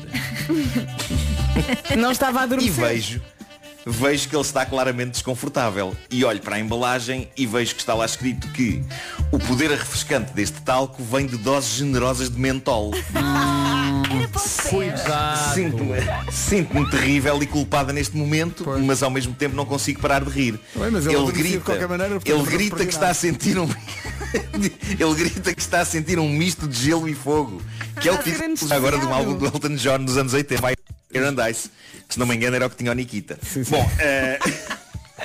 S5: Não estava a
S12: E
S5: dormir.
S12: vejo, vejo que ele está claramente desconfortável. E olho para a embalagem e vejo que está lá escrito que o poder refrescante deste talco vem de doses generosas de mentol.
S6: Era
S3: Cuidado.
S12: Sinto-me sinto-me terrível e culpada neste momento, pois. Mas ao mesmo tempo não consigo parar de rir.
S1: Bem, mas ele,
S12: ele
S1: grita,
S12: grita,
S1: de qualquer maneira,
S12: ele grita que está a sentir um ele grita que está a sentir um misto de gelo e fogo, que é o título agora de um álbum do Elton John nos anos oitenta, Fire and Ice. Se não me engano era o que tinha o Nikita. Sim, sim. Bom, uh...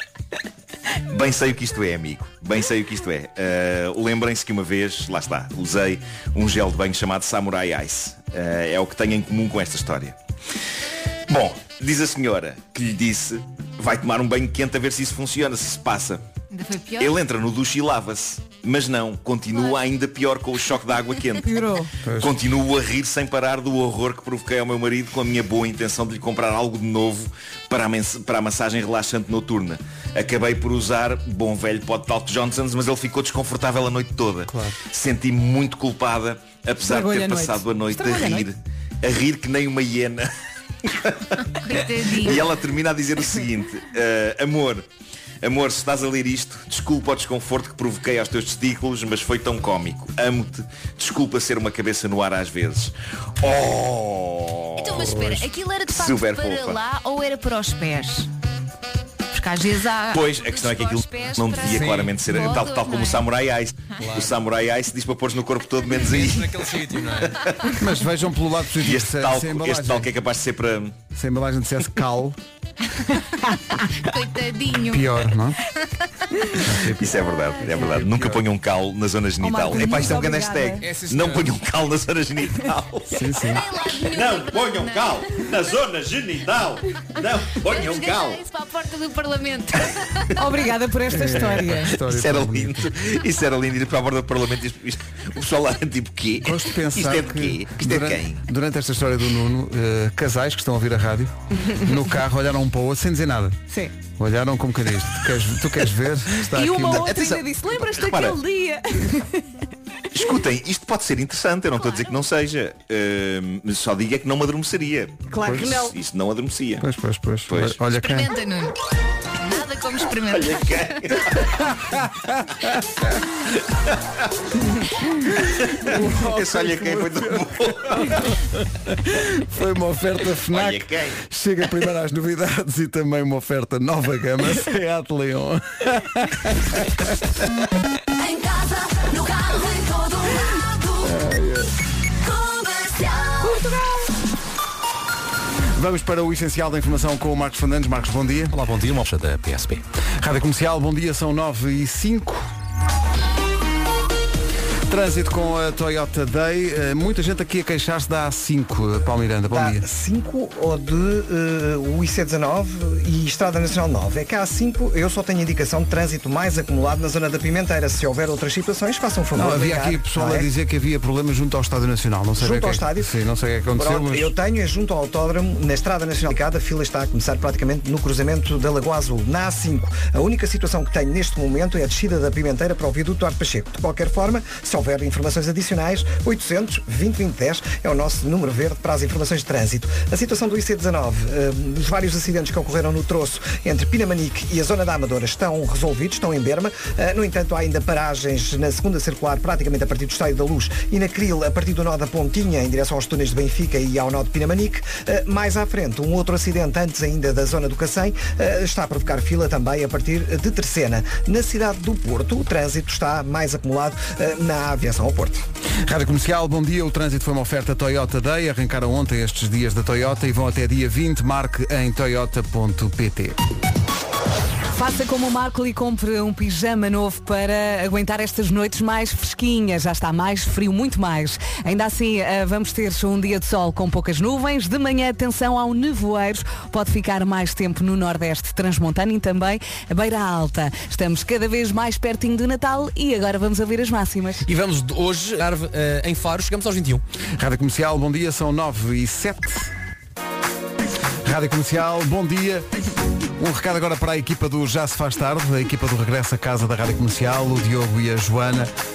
S12: bem sei o que isto é, amigo. Bem sei o que isto é. Uh, lembrem-se que uma vez, lá está, usei um gel de banho chamado Samurai Ice. Uh, é o que tenho em comum com esta história. Bom, diz a senhora que lhe disse, vai tomar um banho quente a ver se isso funciona, se se passa.
S6: Ainda foi pior?
S12: Ele entra no duche e lava-se. Mas não, continua ainda pior com o choque da água quente.
S5: Piorou.
S12: Continuo a rir sem parar do horror que provoquei ao meu marido com a minha boa intenção de lhe comprar algo de novo para a, para a massagem relaxante noturna. Acabei por usar bom velho pó de talco Johnson's, mas ele ficou desconfortável a noite toda. Claro. Senti-me muito culpada, apesar de ter passado a noite a rir. A rir que nem uma hiena. E ela termina a dizer o seguinte, uh, amor, Amor, se estás a ler isto, desculpa o desconforto que provoquei aos teus testículos, mas foi tão cómico. Amo-te. Desculpa ser uma cabeça no ar às vezes. Oh!
S6: Então, mas espera, aquilo era de facto
S12: Super
S6: para
S12: fofa.
S6: lá ou era para os pés? Porque às vezes há...
S12: Pois, a questão é que aquilo não devia claramente ser tal, tal como o Samurai Ice. Claro. O Samurai Ice diz para pôr no corpo todo menos aí.
S3: Naquele sítio, não é?
S1: Mas vejam pelo lado positivo.
S12: E este talco, este talco é capaz de ser para...
S1: Se a embalagem dissesse cal...
S6: Coitadinho.
S1: Pior, não?
S12: Isso é verdade, é verdade. Nunca ponham um cal na zona genital.
S5: Oh,
S12: é pá, isto é um grande hashtag.
S3: É,
S12: não ponham um cal na zona genital.
S1: Sim, sim.
S12: Não ponham cal na zona genital. Não ponham
S6: Vamos
S12: cal.
S6: ganhar isso para a porta do Parlamento.
S5: Obrigada por esta história.
S12: Isso era lindo. Isso era lindo ir para a borda do Parlamento. Isto, isto, o pessoal lá tipo quê?
S1: Gosto de pensar
S12: isto é de quê?
S1: que
S12: Isto é de
S1: durante,
S12: quem?
S1: durante esta história do Nuno, uh, casais que estão a ouvir a rádio, no carro olharam um para o outro sem dizer nada.
S5: Sim.
S1: Olharam como que diz, tu queres, tu queres ver? Está
S5: E
S1: aqui
S5: uma
S1: um...
S5: outra
S12: Atenção.
S5: ainda disse, lembras-te
S12: Repara.
S5: daquele dia?
S12: Escutem, isto pode ser interessante, eu não estou a dizer que não seja. Uh, mas só digo é que não me adormeceria.
S5: Claro que
S12: Pois,
S5: não.
S12: Isto não adormecia.
S1: Pois, pois, pois.
S12: Pois.
S1: Olha quem.
S6: Experimenta, Nuno. Nada como experimentar.
S12: Olha quem. Esse olha quem foi do bom.
S1: Foi uma oferta FNAC.
S12: Olha quem.
S1: Chega primeiro às novidades e também uma oferta nova gama Seat Leon.
S2: Em casa, no carro, em todo lado. Comercial.
S1: Vamos para o essencial da informação com o Marcos Fernandes. Marcos, bom dia.
S15: Olá, bom dia, uma oferta da P S P.
S1: Rádio Comercial, bom dia, são nove e cinco. Trânsito com a Toyota Day. Uh, muita gente aqui a queixar-se da A cinco. Paulo Miranda, bom
S4: Da
S1: dia.
S4: A cinco ou de uh, o I C dezanove e Estrada Nacional nove. É que a A cinco eu só tenho indicação de trânsito mais acumulado na zona da Pimenteira. Se houver outras situações, façam um favor.
S1: Não,
S4: de
S1: havia
S4: ligar,
S1: aqui pessoal
S4: não é?
S1: a dizer que havia problemas junto ao Estádio Nacional. Não sei
S4: Junto
S1: bem
S4: ao
S1: que é-
S4: estádio?
S1: Sim, não sei o que aconteceu,
S4: Pronto,
S1: mas...
S4: eu tenho é junto ao autódromo, na Estrada Nacional, a fila está a começar praticamente no cruzamento da Lagoa Azul. Na A cinco, a única situação que tenho neste momento é a descida da Pimenteira para o viaduto Duarte Pacheco. De qualquer forma, se houver informações adicionais, oitocentos, vinte, vinte, dez é o nosso número verde para as informações de trânsito. A situação do I C dezanove, eh, os vários acidentes que ocorreram no troço entre Pinamanique e a zona da Amadora estão resolvidos, estão em berma. Eh, no entanto, há ainda paragens na segunda circular, praticamente a partir do Estádio da Luz, e na Cril, a partir do nó da Pontinha, em direção aos túneis de Benfica e ao nó de Pinamanique. Eh, mais à frente, um outro acidente antes ainda da zona do Cacém, eh, está a provocar fila também a partir de Terceira. Na cidade do Porto, o trânsito está mais acumulado eh, na aviação ao Porto.
S1: Rádio Comercial, bom dia. O trânsito foi uma oferta Toyota Day. Arrancaram ontem estes dias da Toyota e vão até dia vinte. Marque em toyota ponto pt.
S5: Faça como o Marco e compre um pijama novo para aguentar estas noites mais fresquinhas. Já está mais frio, muito mais. Ainda assim, vamos ter um dia de sol com poucas nuvens. De manhã, atenção ao nevoeiro. Pode ficar mais tempo no Nordeste Transmontano e também a Beira Alta. Estamos cada vez mais pertinho do Natal e agora vamos a ver as máximas.
S3: E vamos de hoje, em Faro, chegamos aos vinte e um.
S1: Rádio Comercial, bom dia. São nove e sete. Rádio Comercial, bom dia. Um recado agora para a equipa do Já se faz tarde, a equipa do Regresso à Casa da Rádio Comercial, o Diogo e a Joana.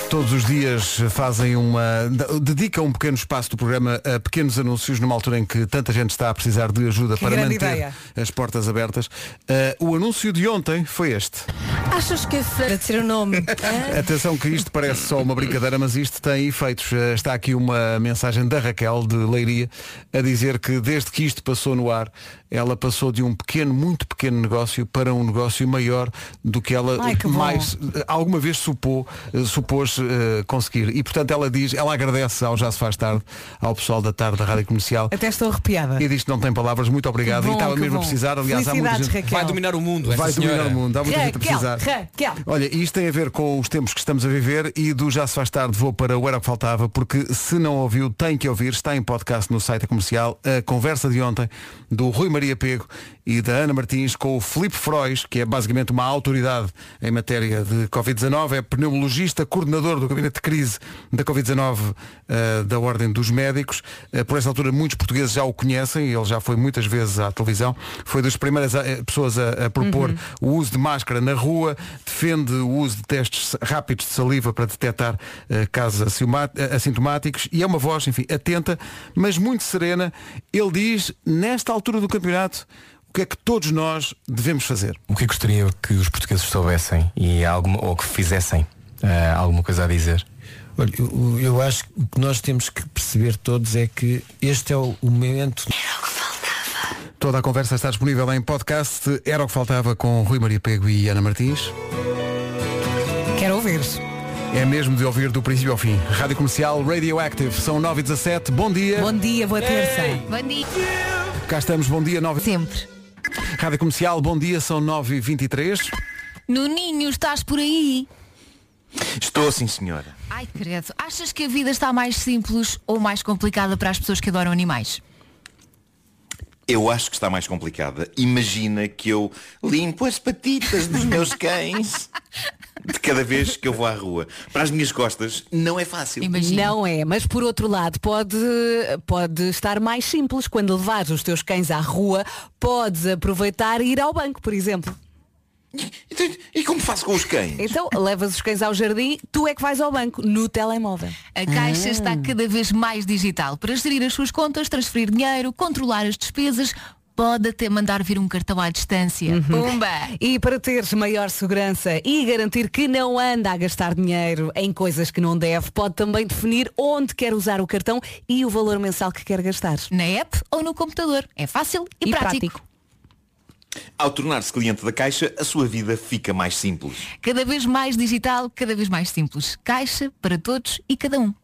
S1: Todos os dias fazem uma. dedicam um pequeno espaço do programa a pequenos anúncios, numa altura em que tanta gente está a precisar de ajuda
S5: Que
S1: para
S5: grande
S1: manter
S5: ideia.
S1: as portas abertas. Uh, o anúncio de ontem foi este.
S15: Achas que é para ter o nome?
S1: Atenção que isto parece só uma brincadeira, mas isto tem efeitos. Uh, Está aqui uma mensagem da Raquel de Leiria a dizer que desde que isto passou no ar, ela passou de um pequeno, muito pequeno negócio para um negócio maior do que ela
S5: Ai, que bom.
S1: mais uh, alguma vez supô, uh, supôs uh, conseguir. E portanto ela diz, ela agradece ao Já Se Faz Tarde, ao pessoal da tarde da Rádio Comercial.
S5: Até estou arrepiada.
S1: E diz que não tem palavras, muito obrigado.
S5: Que bom,
S1: e estava
S5: que
S1: mesmo
S5: bom.
S1: a precisar, aliás, há muita
S5: Felicidades,
S1: gente.
S5: Raquel.
S3: Vai dominar o mundo, esta
S1: Vai dominar
S3: senhora.
S1: o mundo, há muita gente a precisar.
S5: Raquel.
S1: Olha, isto tem a ver com os tempos que estamos a viver e do Já Se Faz Tarde vou para o Era o que Faltava, porque se não ouviu, tem que ouvir, está em podcast no site da Comercial, a conversa de ontem do Rui Maria Pego e da Ana Martins com o Filipe Frois, que é basicamente uma autoridade em matéria de covid dezanove, é pneumologista, coordenador do gabinete de crise da covid dezanove uh, da Ordem dos Médicos. Uh, por essa altura muitos portugueses já o conhecem, ele já foi muitas vezes à televisão, foi das primeiras uh, pessoas a, a propor
S5: Uhum.
S1: o uso de máscara na rua, defende o uso de testes rápidos de saliva para detectar uh, casos assioma- assintomáticos e é uma voz, enfim, atenta, mas muito serena. Ele diz, nesta altura do campeonato, o que é que todos nós devemos fazer?
S16: O que gostaria que os portugueses soubessem e alguma, ou que fizessem uh, alguma coisa a dizer?
S17: Olha, eu, eu acho que o que nós temos que perceber todos é que este é o, o momento.
S1: Toda a conversa está disponível em podcast. Era o que faltava com Rui Maria Pego e Ana Martins.
S5: Quero ouvir.
S1: É mesmo de ouvir do princípio ao fim. Rádio Comercial Radioactive, são nove e dezassete. Bom dia.
S5: Bom dia, boa terça.
S6: Bom dia.
S1: Cá estamos, bom dia. nove...
S6: Sempre.
S1: Rádio Comercial, bom dia, são nove e vinte e três.
S6: Nuninho, estás por aí?
S12: Estou, sim, senhora.
S6: Ai, credo. Achas que a vida está mais simples ou mais complicada para as pessoas que adoram animais?
S12: Eu acho que está mais complicada. Imagina que eu limpo as patitas dos meus cães de cada vez que eu vou à rua. Para as minhas costas não é fácil.
S5: Não é, mas por outro lado pode, pode estar mais simples. Quando levares os teus cães à rua, podes aproveitar e ir ao banco, por exemplo.
S12: E como faço com os cães?
S5: Então, levas os cães ao jardim, tu é que vais ao banco, no telemóvel.
S6: A Caixa
S5: Ah.
S6: está cada vez mais digital. Para gerir as suas contas, transferir dinheiro, controlar as despesas, pode até mandar vir um cartão à distância. Pumba!
S5: E para teres maior segurança e garantir que não anda a gastar dinheiro em coisas que não deve, pode também definir onde quer usar o cartão e o valor mensal que quer gastar.
S6: Na app ou no computador. É fácil e,
S5: E
S6: prático.
S5: prático.
S12: Ao tornar-se cliente da Caixa, a sua vida fica mais simples.
S6: Cada vez mais digital, cada vez mais simples. Caixa para todos e cada um.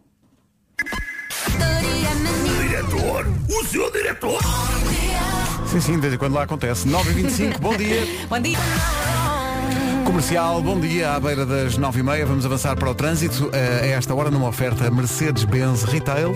S11: Diretor, o seu diretor.
S1: Sim, sim, desde quando lá acontece. nove e vinte e cinco, bom dia.
S5: Bom dia.
S1: Comercial, bom dia, à beira das nove e meia, vamos avançar para o trânsito. A esta hora numa oferta Mercedes-Benz Retail.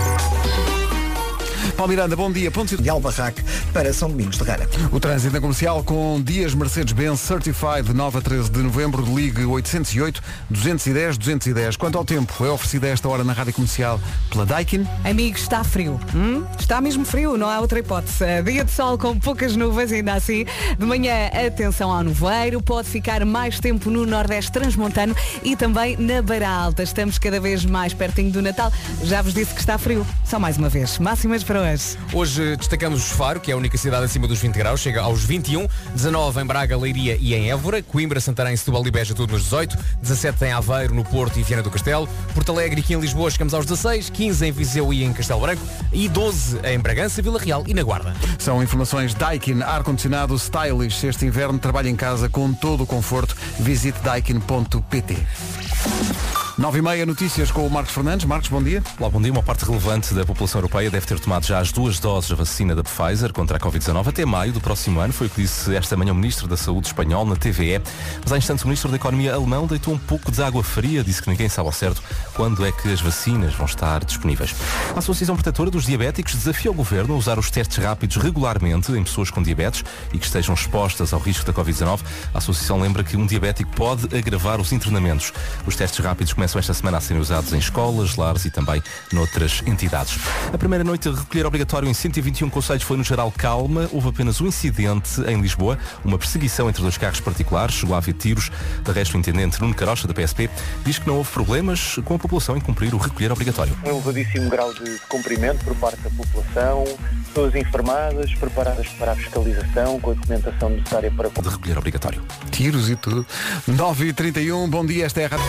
S1: Paulo Miranda, bom dia. Ponto
S4: de Albarraque para São Domingos de Rara.
S1: O trânsito na Comercial com dias Mercedes-Benz Certified de nove a treze de novembro, ligue oitocentos e oito, duzentos e dez, duzentos e dez. Quanto ao tempo, é oferecido a esta hora na Rádio Comercial pela Daikin.
S5: Amigos, está frio. Hum? Está mesmo frio, não há outra hipótese. Dia de sol com poucas nuvens, ainda assim. De manhã, atenção ao nevoeiro. Pode ficar mais tempo no Nordeste Transmontano e também na Beira Alta. Estamos cada vez mais pertinho do Natal. Já vos disse que está frio. Só mais uma vez. Máximas para hoje.
S3: Hoje destacamos Faro, que é a única cidade acima dos vinte graus, chega aos vinte e um, dezanove em Braga, Leiria e em Évora, Coimbra, Santarém, Setúbal e Beja, tudo nos dezoito, dezassete em Aveiro, no Porto e Viana do Castelo, Porto Alegre e aqui em Lisboa chegamos aos dezasseis, quinze em Viseu e em Castelo Branco e doze em Bragança, Vila Real e na Guarda.
S1: São informações Daikin, ar-condicionado stylish. Este inverno trabalhe em casa com todo o conforto. Visite daikin ponto pt. nove e meia, notícias com o Marcos Fernandes. Marcos, bom dia.
S18: Olá, bom dia. Uma parte relevante da população europeia deve ter tomado já as duas doses da vacina da Pfizer contra a covid dezanove até maio do próximo ano. Foi o que disse esta manhã o Ministro da Saúde espanhol na T V E. Mas há instantes o Ministro da Economia alemão deitou um pouco de água fria. Disse que ninguém sabe ao certo quando é que as vacinas vão estar disponíveis. A Associação Protetora dos Diabéticos desafia o Governo a usar os testes rápidos regularmente em pessoas com diabetes e que estejam expostas ao risco da covid dezanove. A Associação lembra que um diabético pode agravar os internamentos. Os testes rápidos começam começam esta semana a serem usados em escolas, lares e também noutras entidades. A primeira noite de recolher obrigatório em cento e vinte e um concelhos foi no geral calma. Houve apenas um incidente em Lisboa, uma perseguição entre dois carros particulares. Chegou a haver tiros. De resto, o intendente Nuno Carocha, da P S P, diz que não houve problemas com a população em cumprir o recolher obrigatório.
S19: Um elevadíssimo grau de cumprimento por parte da população, pessoas informadas, preparadas para a fiscalização, com a documentação necessária para...
S18: De recolher obrigatório.
S1: Tiros e tudo. nove e trinta e um, bom dia, esta é a rádio.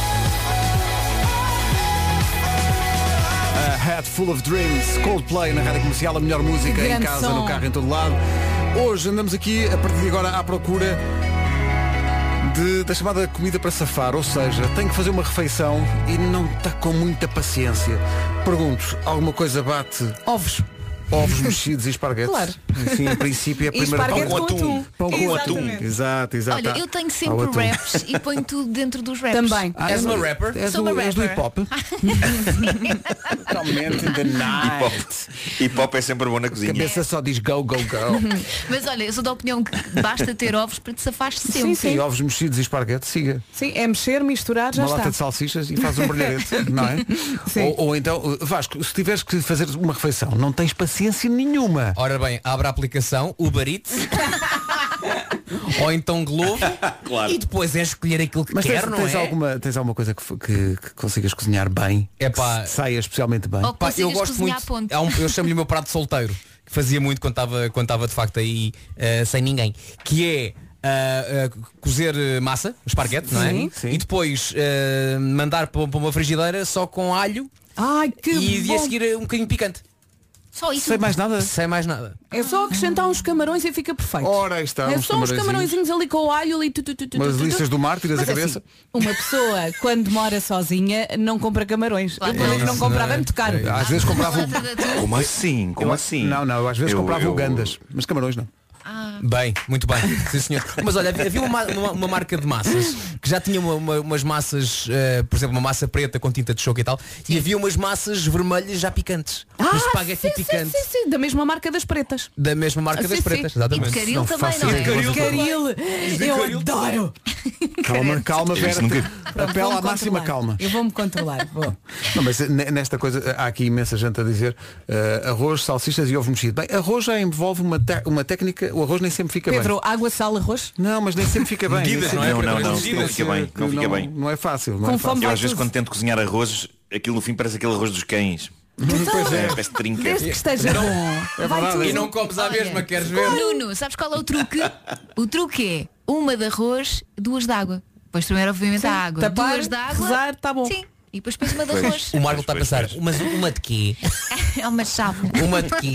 S1: A Head Full of Dreams, Coldplay na rádio comercial, a melhor música em casa, som. No carro, em todo lado. Hoje andamos aqui, a partir de agora, à procura de, da chamada comida para safar, ou seja, tem que fazer uma refeição e não está com muita paciência. Pergunto, alguma coisa bate?
S5: Ovos.
S1: Ovos mexidos e esparguetes.
S5: Claro.
S1: Sim, em princípio é a
S5: E
S1: primeira
S5: esparguete
S1: coisa.
S5: com atum.
S1: Pão com atum.
S5: Exatamente.
S1: Exato, exato.
S6: Olha, eu tenho
S1: Ao
S6: sempre
S1: atum.
S6: wraps e ponho tudo dentro dos wraps.
S5: Também.
S1: Ah,
S3: És
S1: és
S3: uma
S1: do-
S3: rapper?
S1: És
S6: Sou
S1: do,
S6: uma
S1: és do
S6: rapper.
S1: hip hop? Comment in the night.
S12: Hip hop é sempre bom na
S1: A
S12: cozinha.
S1: cabeça só diz go, go, go.
S6: Mas olha, eu sou da opinião que basta ter ovos para te safar sempre.
S5: Sim,
S1: Sim, ovos mexidos e esparguete, siga.
S5: Sim, é mexer, misturar, já
S1: Uma lata
S5: está.
S1: de salsichas e faz um brilharete, não é?
S5: Sim.
S1: Ou, ou então, Vasco, se tiveres que fazer uma refeição, não tens paciência nenhuma.
S3: Ora bem, abre a aplicação Uber Eats ou então Glovo
S12: Claro.
S3: e depois é escolher aquilo que
S1: Mas tens,
S3: quer, não
S1: tens
S3: é?
S1: alguma, tens alguma coisa que, f- que, que consigas cozinhar bem?
S3: Epá.
S1: Que se saia especialmente bem?
S6: Ou
S3: Pá, eu
S6: consigas
S3: gosto
S6: cozinhar
S3: muito.
S6: a ponte.
S3: Há um- eu chamo-lhe o meu prato solteiro, que fazia muito quando estava quando estava de facto aí eh, sem ninguém, que é ah, ah, cozer eh, massa, esparguete, não é?
S5: Sim.
S1: Sim.
S3: E depois eh, mandar para para uma frigideira só com alho
S5: Ai, que
S3: e de
S5: bom.
S3: a seguir eh, um bocadinho picante.
S6: Só isso.
S1: Sem mais nada?
S3: Sem mais nada.
S5: É só acrescentar uns camarões e fica perfeito.
S1: Ora, aí está,
S5: é
S1: uns
S5: só uns
S1: camarõezinhos.
S5: camarõezinhos ali com o alho ali. Tu, tu, tu, tu,
S1: Umas
S5: tu, tu, tu.
S1: delícias do mar, tiras a
S5: Mas é
S1: cabeça.
S5: assim, uma pessoa, quando mora sozinha, não compra camarões.
S6: Claro.
S5: Eu pelo menos não
S3: Isso,
S5: comprava,
S3: não
S5: é
S3: é?
S5: muito caro.
S1: Às vezes comprava o...
S6: Lata de atum.
S12: Como assim? Como
S1: Eu-
S12: assim?
S1: Não, não, às vezes
S12: Eu-
S1: comprava
S12: eu-
S1: ugandas, mas camarões não.
S3: Bem, muito bem, sim senhor. Mas olha, havia uma, uma, uma marca de massas que já tinha uma- uma- umas massas, eh, por exemplo, uma massa preta com tinta de choco e tal, e havia umas massas vermelhas já picantes.
S5: Ah,
S3: um espaguete
S5: sim,
S3: picante.
S5: sim, sim, sim, da mesma marca das pretas.
S3: Da mesma marca
S5: Ah,
S3: das
S5: sim,
S3: pretas,
S5: sim.
S3: exatamente.
S6: E de caril
S1: Não
S6: também,
S1: faço
S6: não é?
S1: ideia.
S3: Caril.
S5: Caril, eu
S3: Caril
S5: adoro.
S1: Calma, calma, Vera.
S12: Isso nunca-
S1: Apela à
S5: Vou-me
S1: máxima
S5: controlar.
S1: calma.
S5: Eu vou-me controlar. Vou.
S1: Não, mas ne- nesta coisa há aqui imensa gente a dizer eh, arroz, salsichas e ovo mexido. Bem, arroz já envolve uma, te- uma técnica, o arroz nem sempre fica
S5: Pedro,
S1: bem.
S5: água, sal, arroz?
S1: Não, mas nem sempre fica bem.
S3: Medidas,
S1: Nem
S3: não é?
S1: sempre
S12: Não,
S1: fica
S12: não,
S1: bem.
S12: não, não fica bem, não
S1: Que
S12: fica bem.
S1: Não é fácil. Não
S5: Com
S1: é
S5: fome
S1: fácil.
S12: Eu
S5: vai
S12: às vezes
S5: tudo.
S12: quando tento cozinhar arroz, aquilo no fim parece aquele arroz dos cães.
S1: Pois é.
S12: Parece trinca.
S5: Desde que esteja
S3: Não,
S5: bom.
S1: é
S5: vai
S1: verdade.
S5: tudo.
S3: E não comes à
S6: Olha,
S3: mesma, queres ver?
S6: Nuno, sabes qual é o truque? O truque é uma de arroz, duas de água. Depois primeiro obviamente
S5: Sim,
S6: a água.
S5: tapar,
S6: duas de água.
S5: rezar, tá bom.
S6: Sim. E depois depois uma de
S12: Pois.
S6: arroz.
S3: O Marco está a
S12: Pois,
S3: pensar,
S12: pois.
S3: mas uma de quê?
S6: É uma chave.
S3: Uma de quê?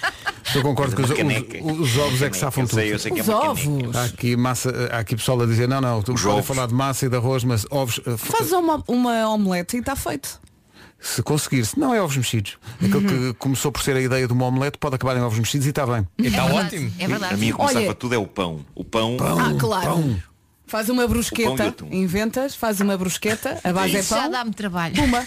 S1: Eu concordo que os,
S12: Uma caneca.
S1: os- os ovos é que safam
S12: Eu sei,
S1: tudo.
S12: eu sei que é
S5: Os
S12: uma
S5: ovos.
S12: caneca.
S1: Há aqui, massa, há aqui pessoal a dizer, não, não, tu
S12: Os
S1: pode
S12: ovos.
S1: falar de massa e de arroz, mas ovos, eh, f-
S5: Faz uma, uma omelete e está feito.
S1: se conseguir, se não é ovos mexidos. Aquele que começou por ser a ideia de uma omelete pode acabar em ovos mexidos e está bem.
S3: E está
S6: É verdade,
S3: ótimo.
S6: É verdade.
S12: A minha
S5: Olha-
S12: começava tudo é o pão. O pão.
S5: Ah, claro.
S1: Pão.
S5: Faz uma
S12: O pão e
S5: brusqueta,
S12: o atum.
S5: inventas, faz uma brusqueta, a base é
S6: Isso já
S5: pão.
S6: dá-me trabalho.
S5: Puma.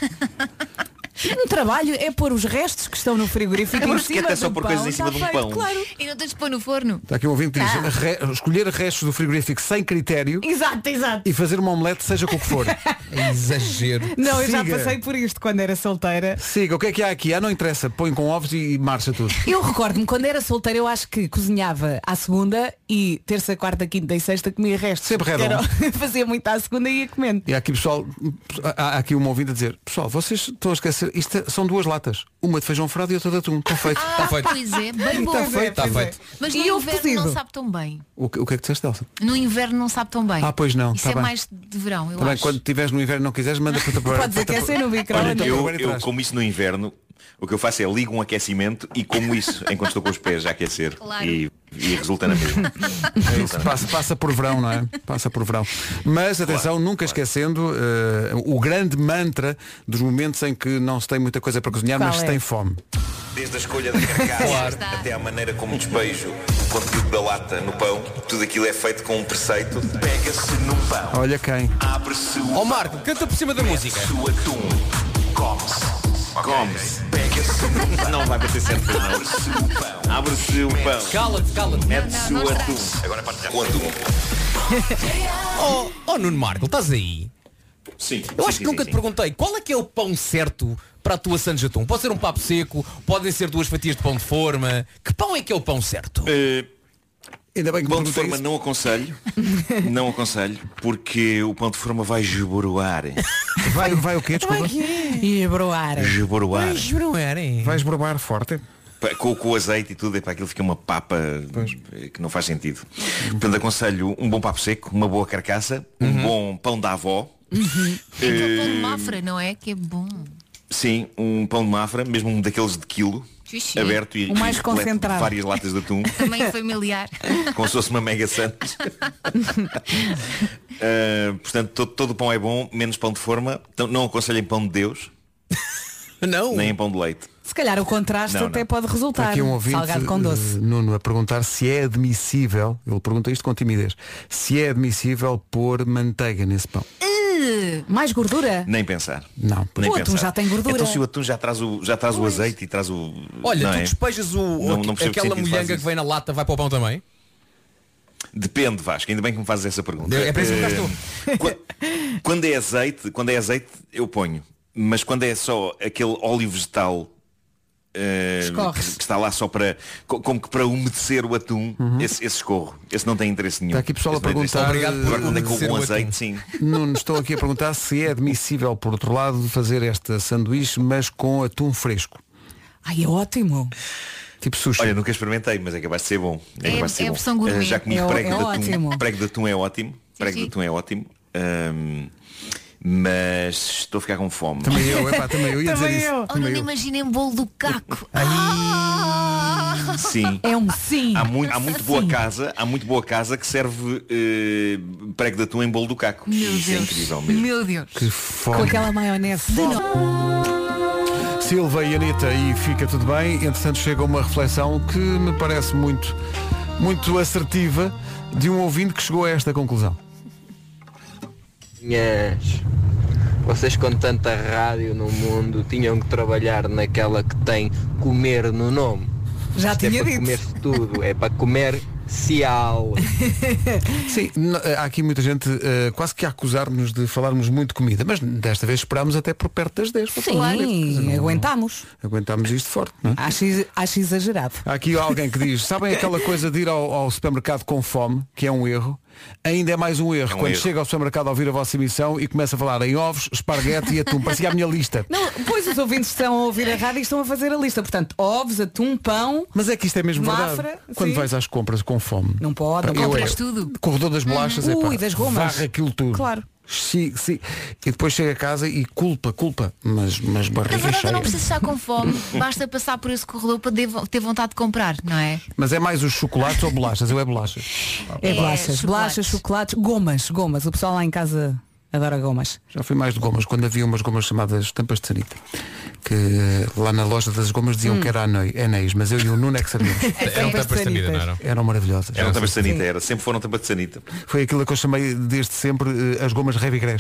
S5: Um trabalho é pôr os restos que estão no frigorífico
S12: A
S5: em
S12: brusqueta
S5: cima
S12: é só
S5: do
S12: pôr
S5: pão.
S12: coisas em cima
S5: Está
S12: de um
S5: feito,
S12: pão.
S5: Claro.
S6: E não tens de pôr no forno.
S1: Está aqui um ouvinte que diz,
S5: Ah.
S1: re- escolher restos do frigorífico sem critério
S5: Exato, exato.
S1: e fazer uma omelete seja com o que for.
S3: Exagero.
S5: Não, eu já
S1: Siga.
S5: passei por isto quando era solteira.
S1: Siga, o que é que há aqui? Ah, não interessa, põe com ovos e marcha tudo.
S5: Eu recordo-me, quando era solteira, eu acho que cozinhava à segunda e terça, quarta, quinta e sexta comia restos.
S1: Sempre redondo.
S5: Era- Fazia muito à segunda e ia comendo.
S1: E há aqui pessoal, há há aqui uma ouvinte a dizer, pessoal, vocês estão a esquecer, isto é- são duas latas, uma de feijão frado e outra de atum, está feito.
S6: Ah,
S3: feito.
S6: pois é, bem bom.
S1: Está feito,
S3: Está feito.
S6: Mas no
S5: E ovo
S6: inverno
S5: cozido?
S6: não sabe tão bem.
S1: O que, o que é que disseste, Elsa?
S6: No inverno não sabe tão bem.
S1: Ah, pois não,
S6: Isso
S1: tá
S6: é
S1: bem.
S6: mais de verão, eu
S1: Também
S6: acho.
S1: quando estiveres no inverno e não quiseres, manda para para-
S5: Podes aquecer no micro.
S1: Olha, então,
S12: Eu,
S1: agora
S12: eu
S1: atrás.
S12: como isso no inverno, o que eu faço é ligo um aquecimento e como isso enquanto estou com os pés a aquecer.
S6: Claro.
S12: E, e resulta na mesma.
S1: É isso, passa, passa por verão, não é? Passa por verão. Mas atenção, nunca esquecendo eh, o grande mantra dos momentos em que não se tem muita coisa para cozinhar,
S5: Qual
S1: mas se
S5: é?
S1: tem fome.
S12: Desde a escolha da carcaça
S3: Claro.
S12: até à maneira como despejo o conteúdo da lata no pão, tudo aquilo é feito com um preceito. Pega-se num pão,
S1: Olha quem.
S12: abre-se o
S3: Ó Marco, canta por cima da música.
S12: mete-se o atum, come-se, come-se, pega-se num pão. Não vai bater certo, não. Abre-se o pão, abre-se o pão,
S3: Cala-te, cala-te.
S12: mete-se
S6: Não,
S12: o
S6: não
S12: atum. Agora partilhar com o atum.
S3: Oh, oh Nuno Marco, estás aí?
S12: Sim.
S3: Eu
S12: sim,
S3: acho que
S12: sim,
S3: nunca
S12: sim,
S3: te perguntei qual é que é o pão certo para a tua Santos de atum. Pode ser um papo seco, podem ser duas fatias de pão de forma. Que pão é que é o pão certo?
S12: Uh,
S1: Ainda bem que
S12: pão de forma isso. não aconselho. Não aconselho, porque o pão de forma vai esboroar.
S1: Vai, vai o quê? Desculpa.
S5: Esboroar.
S12: Esboroar.
S1: Vai esboroar forte.
S12: Com, com o azeite e tudo, para aquilo fica uma papa pois. que não faz sentido. Portanto, aconselho um bom papo seco, uma boa carcaça, um uhum. bom pão da avó.
S6: Uhum. É uh, pão de mafra, não é? Que é bom.
S12: Sim, um pão de mafra, mesmo um daqueles de quilo, Xixi. aberto e,
S5: o mais
S12: e
S5: concentrado.
S12: Várias latas de atum.
S6: Também familiar.
S12: Como se fosse uma mega Santos. uh, portanto, todo, todo o pão é bom, menos pão de forma. Então, não aconselho em pão de Deus.
S3: Não.
S12: Nem em pão de leite.
S5: Se calhar o contraste não, até não. pode resultar.
S1: Aqui um ouvinte,
S5: salgado com doce.
S1: Uh, Nuno, a perguntar se é admissível, ele pergunta isto com timidez, se é admissível pôr manteiga nesse pão.
S5: Uh, mais gordura?
S12: Nem pensar.
S1: Não.
S12: Nem
S5: o
S12: pensar.
S5: atum já tem gordura.
S12: Então se o atum já traz o, já traz o azeite e traz o...
S3: Olha,
S12: não
S3: tu
S12: é?
S3: despejas o,
S12: não, não
S3: aquela molhanga que vem na lata, vai para o pão também?
S12: Depende, Vasco, ainda bem que me fazes essa pergunta.
S3: É para isso que
S12: uh, quando, quando é azeite, quando é azeite, eu ponho. Mas quando é só aquele óleo vegetal uh, que, que está lá só para como que para umedecer o atum, uhum. esse, esse escorro, esse não tem interesse nenhum.
S1: Está aqui pessoal
S12: esse
S1: a perguntar.
S12: Agora quando é com o bom azeite, sim.
S1: Não estou aqui a perguntar se é admissível, por outro lado, fazer esta sanduíche, mas com atum fresco.
S5: Ai, é ótimo.
S1: Tipo sushi.
S12: Olha, nunca experimentei, mas é capaz de ser bom. É,
S6: é,
S12: capaz de ser
S6: é
S12: bom.
S6: Uh,
S12: já comi
S5: é,
S12: prego,
S5: é
S12: de atum.
S5: Ótimo.
S12: Prego de atum é ótimo. Prego de atum é ótimo. Um, mas estou a ficar com fome.
S1: Também eu, epá, também eu ia
S5: também
S1: dizer
S5: eu.
S1: isso.
S6: Olha, não imaginem um bolo do caco.
S12: Ah! Sim.
S5: É um sim.
S12: Há muito, há muito boa casa, há muito boa casa que serve uh, prego de atum em bolo do caco.
S6: Meu
S12: Isso
S6: Deus.
S12: é incrível mesmo.
S6: Meu Deus.
S1: Que fome.
S5: Com aquela maionese.
S1: Silva e Anitta, e fica tudo bem. Entretanto chega uma reflexão que me parece muito, muito assertiva de um ouvinte que chegou a esta conclusão.
S20: Yes. Vocês com tanta rádio no mundo tinham que trabalhar naquela que tem comer no nome.
S5: Já
S20: Isto
S5: tinha
S20: é para
S5: dito.
S20: comer tudo, é para comer cial.
S1: Sim, há aqui muita gente uh, quase que a acusar-nos de falarmos muito de comida, mas desta vez esperámos até por perto das dez.
S5: Sim, não, aguentámos.
S1: Aguentámos isto forte, não é?
S5: Acho, acho exagerado.
S1: Há aqui alguém que diz, sabem aquela coisa de ir ao, ao supermercado com fome, que é um erro? Ainda é mais um erro,
S12: é um
S1: quando
S12: erro.
S1: chega ao supermercado a ouvir a vossa emissão e começa a falar em ovos, esparguete e atum. Parecia a minha lista.
S5: Não, pois os ouvintes estão a ouvir a rádio e estão a fazer a lista. Portanto, ovos, atum, pão.
S1: Mas é que isto é mesmo
S5: mafra,
S1: verdade. Quando
S5: sim.
S1: vais às compras com fome.
S5: Não pode, não
S1: eu
S6: compras
S1: é,
S6: tudo.
S1: Corredor das bolachas,
S5: Ui,
S1: é pá,
S5: das gomas.
S1: varre aquilo tudo.
S5: Claro.
S1: Sim, sim. E depois chega a casa e culpa, culpa. Mas, mas
S6: Na
S1: barriga
S6: verdade, eu
S1: cheia.
S6: não preciso estar com fome. Basta passar por esse corredor para ter vontade de comprar, não é?
S1: Mas é mais os chocolates ou bolachas? Eu é bolachas.
S5: É,
S6: É,
S5: bolachas,
S6: chocolates.
S5: bolachas, chocolates, gomas, gomas. O pessoal lá em casa adora gomas.
S1: Já fui mais de gomas, quando havia umas gomas chamadas tampas de sanita. Que lá na loja das gomas diziam
S5: Hum.
S1: que era anei- anéis, mas eu e o Nuno é que sabíamos.
S3: Eram tampas de sanita, não eram?
S1: Eram maravilhosas.
S12: Era tampas de sanita, era. Sempre foram tampas de sanita.
S1: Foi aquilo que eu chamei desde sempre eh, as gomas Revigrés.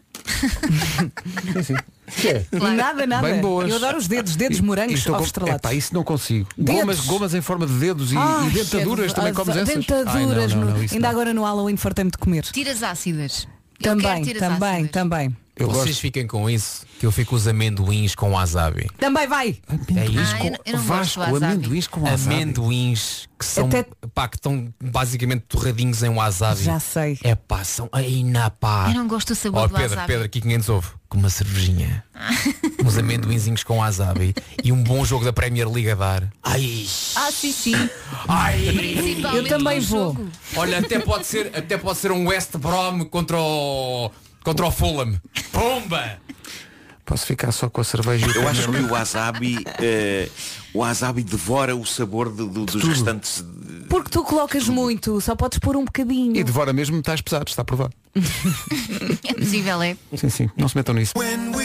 S1: sim, sim. Que é?
S5: Nada, nada.
S1: Bem boas.
S5: Eu adoro os dedos, dedos
S1: E-
S5: morangos
S1: e estou
S5: ou
S1: com-
S5: estrelados.
S1: Epá, isso não consigo.
S5: Dedos?
S1: Gomas, gomas em forma de dedos e,
S5: Ai,
S1: e dentaduras,
S5: Jesus,
S1: também
S5: as-
S1: comes essas?
S5: Dentaduras,
S1: Ai, não, não,
S5: no-
S1: não, isso
S5: ainda
S1: não.
S5: agora no Halloween fartei-me de comer.
S6: Tiras ácidas. Eu quero
S5: Também,
S6: tiras
S5: também,
S6: ácidas.
S5: também.
S1: Eu
S3: Vocês
S1: gosto.
S3: fiquem com isso, que eu fico com os amendoins com wasabi.
S5: Também vai.
S3: É isso.
S6: Ah, eu não- eu não gosto
S1: Vasco,
S6: de wasabi.
S1: amendoins com wasabi.
S3: Amendoins que são
S5: Até-
S3: pá, que estão basicamente torradinhos em wasabi.
S5: Já sei.
S3: É pá, são aí na pá.
S6: Eu não gosto do sabor
S3: Ó
S6: do
S3: Pedro,
S6: wasabi.
S3: Pedro, aqui quinhentos ovo com uma cervejinha. Uns amendoinzinhos com wasabi e um bom jogo da Premier League a dar. Ai.
S6: Ah, sim, sim.
S3: Ai.
S6: Principalmente
S5: Eu também
S6: no
S5: vou.
S6: jogo.
S3: Olha, até pode ser, até pode ser um West Brom contra o contra o Fulham. Pumba!
S1: Posso ficar só com a cerveja e
S12: Eu acho que o wasabi, eh, o wasabi devora o sabor de- do- dos restantes.
S5: Porque tu colocas muito, só podes pôr um bocadinho.
S1: E devora mesmo metais pesados, está a provar.
S6: É possível, é?
S1: Sim, sim, não se metam nisso.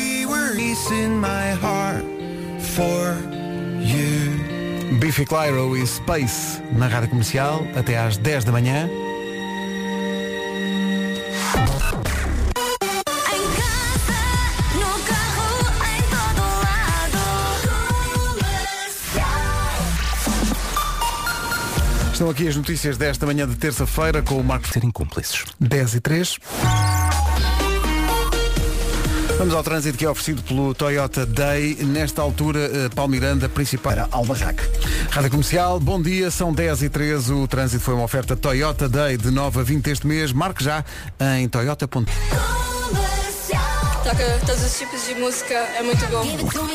S1: Biffy Clyro e Space na rádio comercial até às dez da manhã. Estão aqui as notícias desta manhã de terça-feira com o Marco.
S18: Serem cúmplices.
S1: dez e três. Vamos ao trânsito que é oferecido pelo Toyota Day. Nesta altura, Paulo Miranda, principal.
S4: Para Albarraque.
S1: Rádio Comercial, bom dia, são dez e treze. O trânsito foi uma oferta Toyota Day de nove a vinte este mês. Marque já em toyota ponto com.
S21: Toca todos os tipos de música, é muito bom.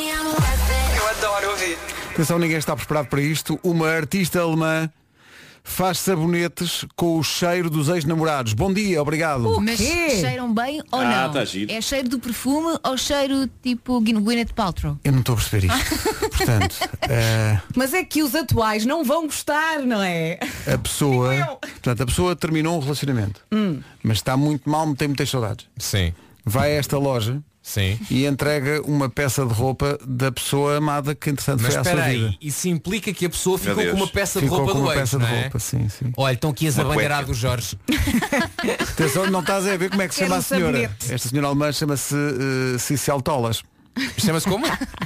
S21: Eu adoro ouvir.
S1: Atenção, ninguém está preparado para isto. Uma artista alemã faz sabonetes com o cheiro dos ex-namorados. Bom dia, obrigado.
S6: Mas cheiram bem ou
S12: Ah,
S6: não?
S12: tá giro.
S6: É cheiro do perfume ou cheiro tipo Gwyneth Paltrow?
S1: Eu não estou a perceber isto. Portanto, eh,
S5: Mas é que os atuais não vão gostar, não é?
S1: a pessoa portanto, a pessoa terminou um relacionamento,
S5: Hum.
S1: mas está muito mal, tem muitas saudades.
S3: Sim.
S1: Vai a esta loja
S3: Sim.
S1: e entrega uma peça de roupa da pessoa amada que entretanto
S3: Mas
S1: foi à sua
S3: espera
S1: vida.
S3: aí, isso implica que a pessoa ficou
S1: Deus.
S3: com uma peça de
S1: Ficou
S3: roupa
S1: com
S3: do
S1: uma
S3: ex,
S1: peça de
S3: não é?
S1: roupa, sim, sim.
S3: Olha, estão aqui as
S1: Uma
S3: abandeiradas
S1: cueca.
S3: do Jorge.
S1: Atenção, não estás a ver como é que se chama
S3: Quero
S1: a senhora.
S3: sabonete.
S1: Esta senhora alemã chama-se uh, Cicel Tolas.
S3: Chama-se como?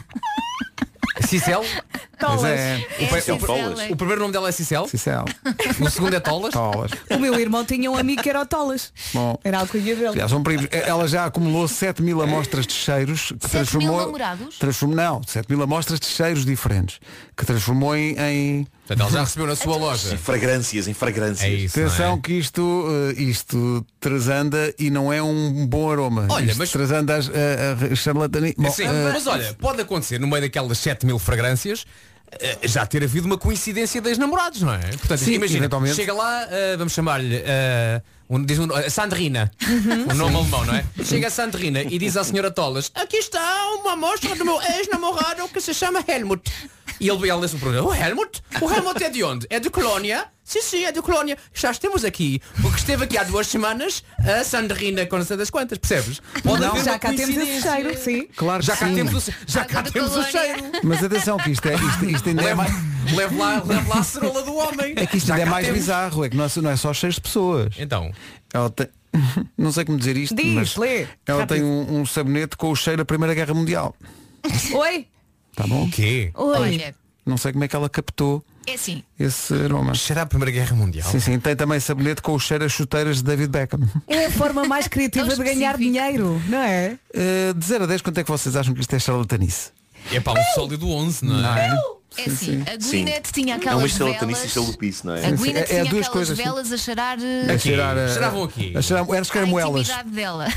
S3: Cicel?
S1: Pois é.
S3: O, pai- o, pr- o primeiro nome dela é Cicel?
S1: Cicel.
S3: O segundo é Tolas?
S1: Tolas.
S5: O meu irmão tinha um amigo que era o Tolas.
S1: Bom,
S5: Era a alcunha dele.
S1: já são primos. Ela já acumulou sete mil amostras de cheiros que
S6: sete mil
S1: transformou.
S6: namorados?
S1: Transformou, não, sete mil amostras de cheiros diferentes. Que transformou em. em...
S3: Portanto, ela já recebeu na sua loja.
S12: Em fragrâncias, em fragrâncias.
S3: É isso.
S1: Atenção que isto, uh, isto transanda e não é um bom aroma.
S3: Olha,
S1: isto
S3: mas-
S1: transanda a, a, a charlatanismo. Bom,
S3: Sim,
S1: uh,
S3: mas olha, pode acontecer no meio daquelas sete mil fragrâncias eh, já ter havido uma coincidência das namorados, não é? Portanto,
S1: Sim,
S3: imagina,
S1: eventualmente.
S3: chega lá, eh, vamos chamar-lhe eh, um, diz um, a Sandrina,
S1: Uhum.
S3: o nome alemão, não é? Chega a Sandrina e diz à senhora Tolas: aqui está uma amostra do meu ex-namorado que se chama Helmut. E ele ela lê-se um problema. O Helmut? O Helmut é de onde? É de Colónia? Sim, sim, é de Colónia. Já estamos aqui. Porque esteve aqui há duas semanas a Sandrina com não sei das quantas, percebes? Pode
S5: Não,
S3: haver
S5: já
S3: uma
S5: cá temos esse
S3: coincidência.
S5: cheiro, sim.
S1: Claro que
S3: Já cá
S1: sim.
S3: temos o, já cá temos o cheiro.
S1: Mas atenção que isto é, isto, isto ainda é
S3: Leva,
S1: mais.
S3: leva lá, leva lá a cerola do homem.
S1: É que isto
S3: Já
S1: ainda é
S3: cá
S1: mais
S3: temos.
S1: bizarro, é que não é, não é só cheios de pessoas.
S3: Então.
S1: Ela tem. Não sei como dizer isto,
S5: Diz,
S1: mas
S5: lê,
S1: ela
S5: rápido.
S1: tem um, um sabonete com o cheiro da Primeira Guerra Mundial.
S5: Oi?
S1: Tá bom?
S3: O quê?
S6: Olha,
S1: Não sei como é que ela captou
S6: é assim.
S1: esse aroma.
S3: Cheira à Primeira Guerra Mundial.
S1: Sim, sim, tem também sabonete com o cheiro a chuteiras de David Beckham.
S5: É a forma mais criativa de ganhar dinheiro, não é?
S1: Uh, de zero a dez, quanto é que vocês acham que isto é charlatanice?
S3: É para um sólido onze, não é?
S6: É assim, a Gwyneth tinha
S12: É uma
S6: aquelas
S12: estalacanice e
S6: velas.
S12: chalupice, não é?
S6: A Gwyneth
S1: É- é
S6: tinha
S1: duas
S6: aquelas
S1: coisas, sim.
S6: velas a cheirar
S1: A
S6: uh,
S1: cheirar a,
S3: Cheiravam aqui.
S1: a cheirar, era que
S6: à
S1: eram moelas.
S6: intimidade dela.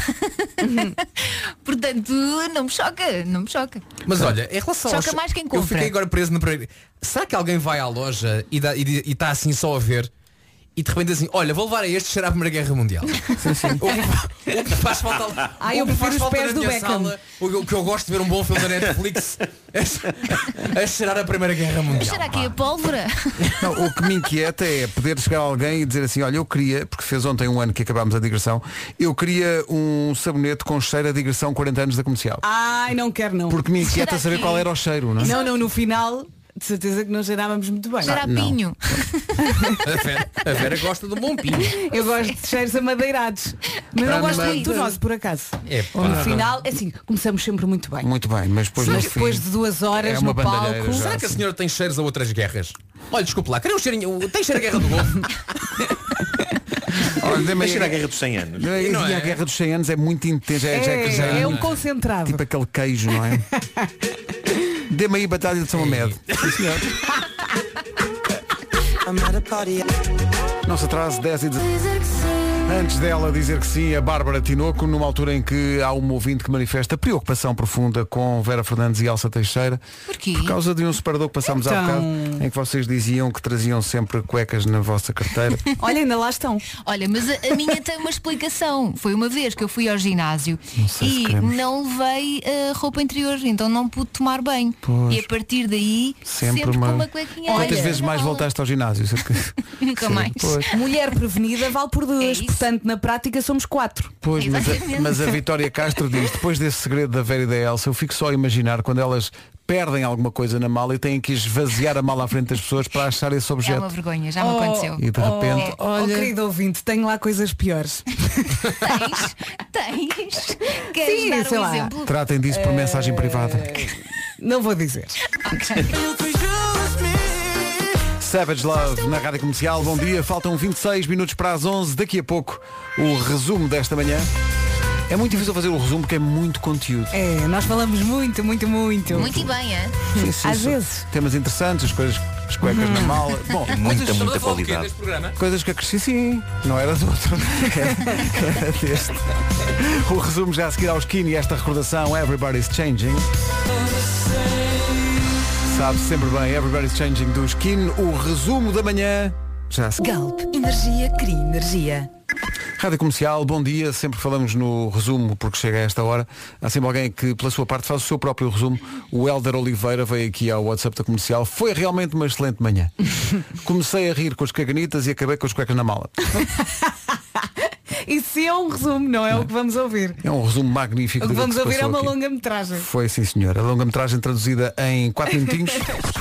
S6: Portanto, não me choca, não me choca.
S3: Mas olha, em relação
S6: Choca
S3: aos-
S6: mais quem
S3: Eu
S6: compra.
S3: fiquei agora preso na primeira. Será que alguém vai à loja e dá- e está assim só a ver? E de repente assim, olha, vou levar a este cheirar a Primeira Guerra Mundial. O que, o que faz falta lá.
S5: Ah,
S3: o
S5: eu
S3: que faz
S5: prefiro os
S3: falta
S5: pés
S3: na
S5: do
S3: minha
S5: Beckham.
S3: sala, o que- o que eu gosto de ver um bom filme da Netflix é, é cheirar a Primeira Guerra Mundial.
S6: Será que é a pólvora?
S1: Não, o que me inquieta é poder chegar a alguém e dizer assim, olha, eu queria, porque fez ontem um ano que acabámos a digressão, eu queria um sabonete com cheiro a digressão quarenta anos da comercial.
S5: Ai, não quero não.
S1: Porque me inquieta
S6: Será
S1: saber
S6: que-
S1: qual era o cheiro, não é?
S5: Não, não, no final, de certeza que não cheirávamos muito bem.
S6: Cheira a
S1: não.
S6: pinho.
S3: A Vera, a Vera gosta de um bom pinho.
S5: Eu gosto de cheiros amadeirados. Mas não
S1: Ah,
S5: gosto
S1: mas-
S5: muito do nosso, por acaso.
S3: É,
S5: Ou no
S3: pá.
S5: final, é assim, começamos sempre muito bem.
S1: Muito bem, mas depois
S5: Mas
S1: no
S5: depois
S1: fim,
S5: de duas horas
S1: é uma
S5: no
S1: bandalheira
S5: palco.
S1: já.
S3: Será que a senhora tem cheiros a outras guerras? Olha, desculpe lá, queria um cheirinho. Tem cheiro a Guerra do Golfo?
S1: Olha, dê-me
S12: Mas
S1: aí-
S12: cheira a Guerra dos cem anos.
S1: Não é-
S3: Não
S1: e
S3: é?
S1: a Guerra dos cem anos é muito intensa. É, já é, já
S5: É,
S1: é
S5: é um concentrado.
S1: tipo aquele queijo, não é? Dê-me aí Batalha de São Mamed. Sim, senhor. Não se atrase, dez e dezesseis. Antes dela dizer que sim, a Bárbara Tinoco, numa altura em que há um ouvinte que manifesta preocupação profunda com Vera Fernandes e Elsa Teixeira.
S6: Porquê?
S1: Por causa de um separador que passámos há
S5: Então.
S1: bocado, em que vocês diziam que traziam sempre cuecas na vossa carteira.
S5: Olha, ainda lá estão.
S6: Olha, mas a, a minha tem uma explicação. Foi uma vez que eu fui ao ginásio
S1: sei se
S6: e
S1: queremos.
S6: não levei uh, roupa interior, então não pude tomar banho.
S1: Pois.
S6: E a partir daí,
S1: Sempre
S6: sempre,
S1: uma-
S6: com uma cuequinha.
S1: Quantas
S6: Olha,
S1: vezes mais
S6: não,
S1: voltaste ao ginásio?
S6: Nunca mais.
S1: Pois.
S5: Mulher prevenida vale por duas.
S6: É isso.
S5: Portanto, na prática somos quatro.
S1: Pois, mas a,
S6: Exatamente.
S1: mas a Vitória Castro diz, depois desse segredo da Vera e da Elsa, eu fico só a imaginar quando elas perdem alguma coisa na mala e têm que esvaziar a mala à frente das pessoas para achar esse
S6: É
S1: objeto.
S6: uma vergonha, já me
S5: Oh,
S6: aconteceu.
S1: E de repente,
S5: Oh,
S1: olha,
S5: querido ouvinte, tenho lá coisas piores.
S6: Tens? Tens? Queres
S5: Sim,
S6: dar
S5: sei
S6: um
S5: lá.
S6: exemplo?
S1: tratem disso por mensagem privada.
S5: Não vou dizer.
S1: Savage Love na Rádio Comercial, bom dia, faltam vinte e seis minutos para as onze, daqui a pouco o resumo desta manhã. É muito difícil fazer o resumo porque é muito conteúdo.
S5: É, nós falamos muito, muito, muito.
S6: Muito e bem, é?
S1: Sim, sim,
S5: Às
S1: sim.
S5: vezes.
S1: Temas interessantes, as coisas, as cuecas
S5: Uhum.
S1: na mala. Bom,
S12: Muita,
S1: coisas,
S12: muita qualidade.
S1: coisas que acresci, sim, não era do outro. Era, era deste. O resumo já a seguir ao Skinny, esta recordação, Everybody's Changing. Sabe sempre bem, Everybody's Changing do Skin, o resumo da manhã. Já se...
S7: Galp, energia, cria energia.
S1: Rádio Comercial, bom dia. Sempre que falamos no resumo, porque chega a esta hora, há sempre alguém que, pela sua parte, faz o seu próprio resumo. O Hélder Oliveira veio aqui ao WhatsApp da Comercial. Foi realmente uma excelente manhã. Comecei a rir com as caganitas e acabei com as cuecas na mala.
S5: Isso é um resumo, não é o que vamos ouvir.
S1: É um resumo magnífico.
S5: O que
S1: daquilo
S5: vamos
S1: se
S5: ouvir é
S1: passou
S5: uma
S1: aqui.
S5: longa-metragem.
S1: Foi sim, senhora. A longa-metragem traduzida em quatro minutinhos.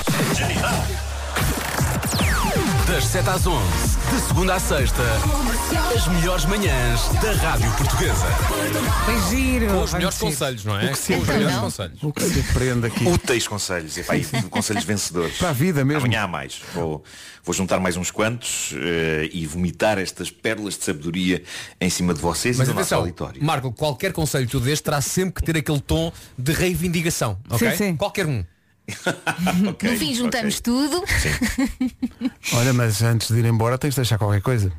S8: Das sete às onze, de segunda à sexta, as melhores manhãs da Rádio Portuguesa.
S5: Foi giro.
S3: Com os
S5: vai
S3: melhores
S5: ser.
S3: conselhos, não é?
S1: O que se
S3: Com os
S1: aprende,
S3: melhores conselhos.
S1: o que se aprende aqui.
S12: Úteis conselhos. Epá, e conselhos vencedores.
S1: Para a vida mesmo.
S12: Amanhã há mais. Vou, vou juntar mais uns quantos eh, e vomitar estas pérolas de sabedoria em cima de vocês
S3: Mas
S12: e do nosso
S3: atenção,
S12: auditório.
S3: Marco, qualquer conselho que tu dês terá sempre que ter aquele tom de reivindicação, ok?
S5: Sim, sim.
S3: Qualquer um.
S12: Okay,
S6: No fim juntamos
S12: ok.
S6: tudo.
S1: Olha, mas antes de ir embora tens de deixar qualquer coisa.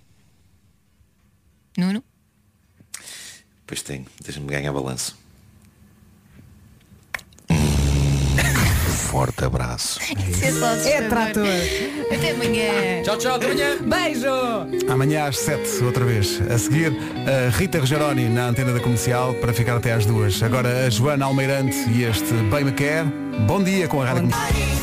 S6: Nuno?
S12: Pois tenho. Deixa-me ganhar balanço. Forte abraço.
S6: Isso é só
S5: É trator.
S6: Até amanhã.
S3: Tchau, tchau, até amanhã.
S5: Beijo.
S1: Amanhã às sete, outra vez. A seguir, a Rita Rogeroni na antena da Comercial para ficar até às duas. Agora a Joana Almeirante e este Bem Me Quer. Bom dia com a Rádio Comercial.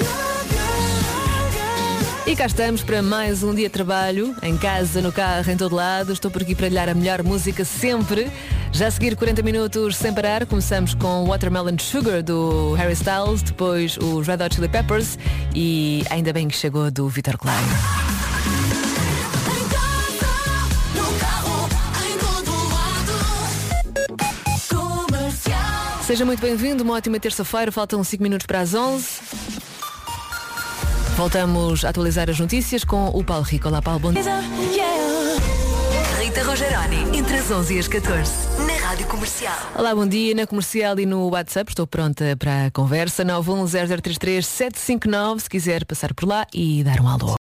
S22: E cá estamos para mais um dia de trabalho, em casa, no carro, em todo lado. Estou por aqui para lhe dar a melhor música sempre. Já a seguir quarenta minutos sem parar. Começamos com Watermelon Sugar do Harry Styles, depois os Red Hot Chili Peppers e ainda bem que chegou do Vitor Clay. Seja muito bem-vindo, uma ótima terça-feira, faltam cinco minutos para as onze. Voltamos a atualizar as notícias com o Paulo Rico. Olá, Paulo, bom dia.
S7: Rita Rogeroni, entre as onze e as catorze, na Rádio Comercial.
S22: Olá, bom dia. Na Comercial e no WhatsApp estou pronta para a conversa. nove um zero zero três três sete cinco nove, se quiser passar por lá e dar um alô.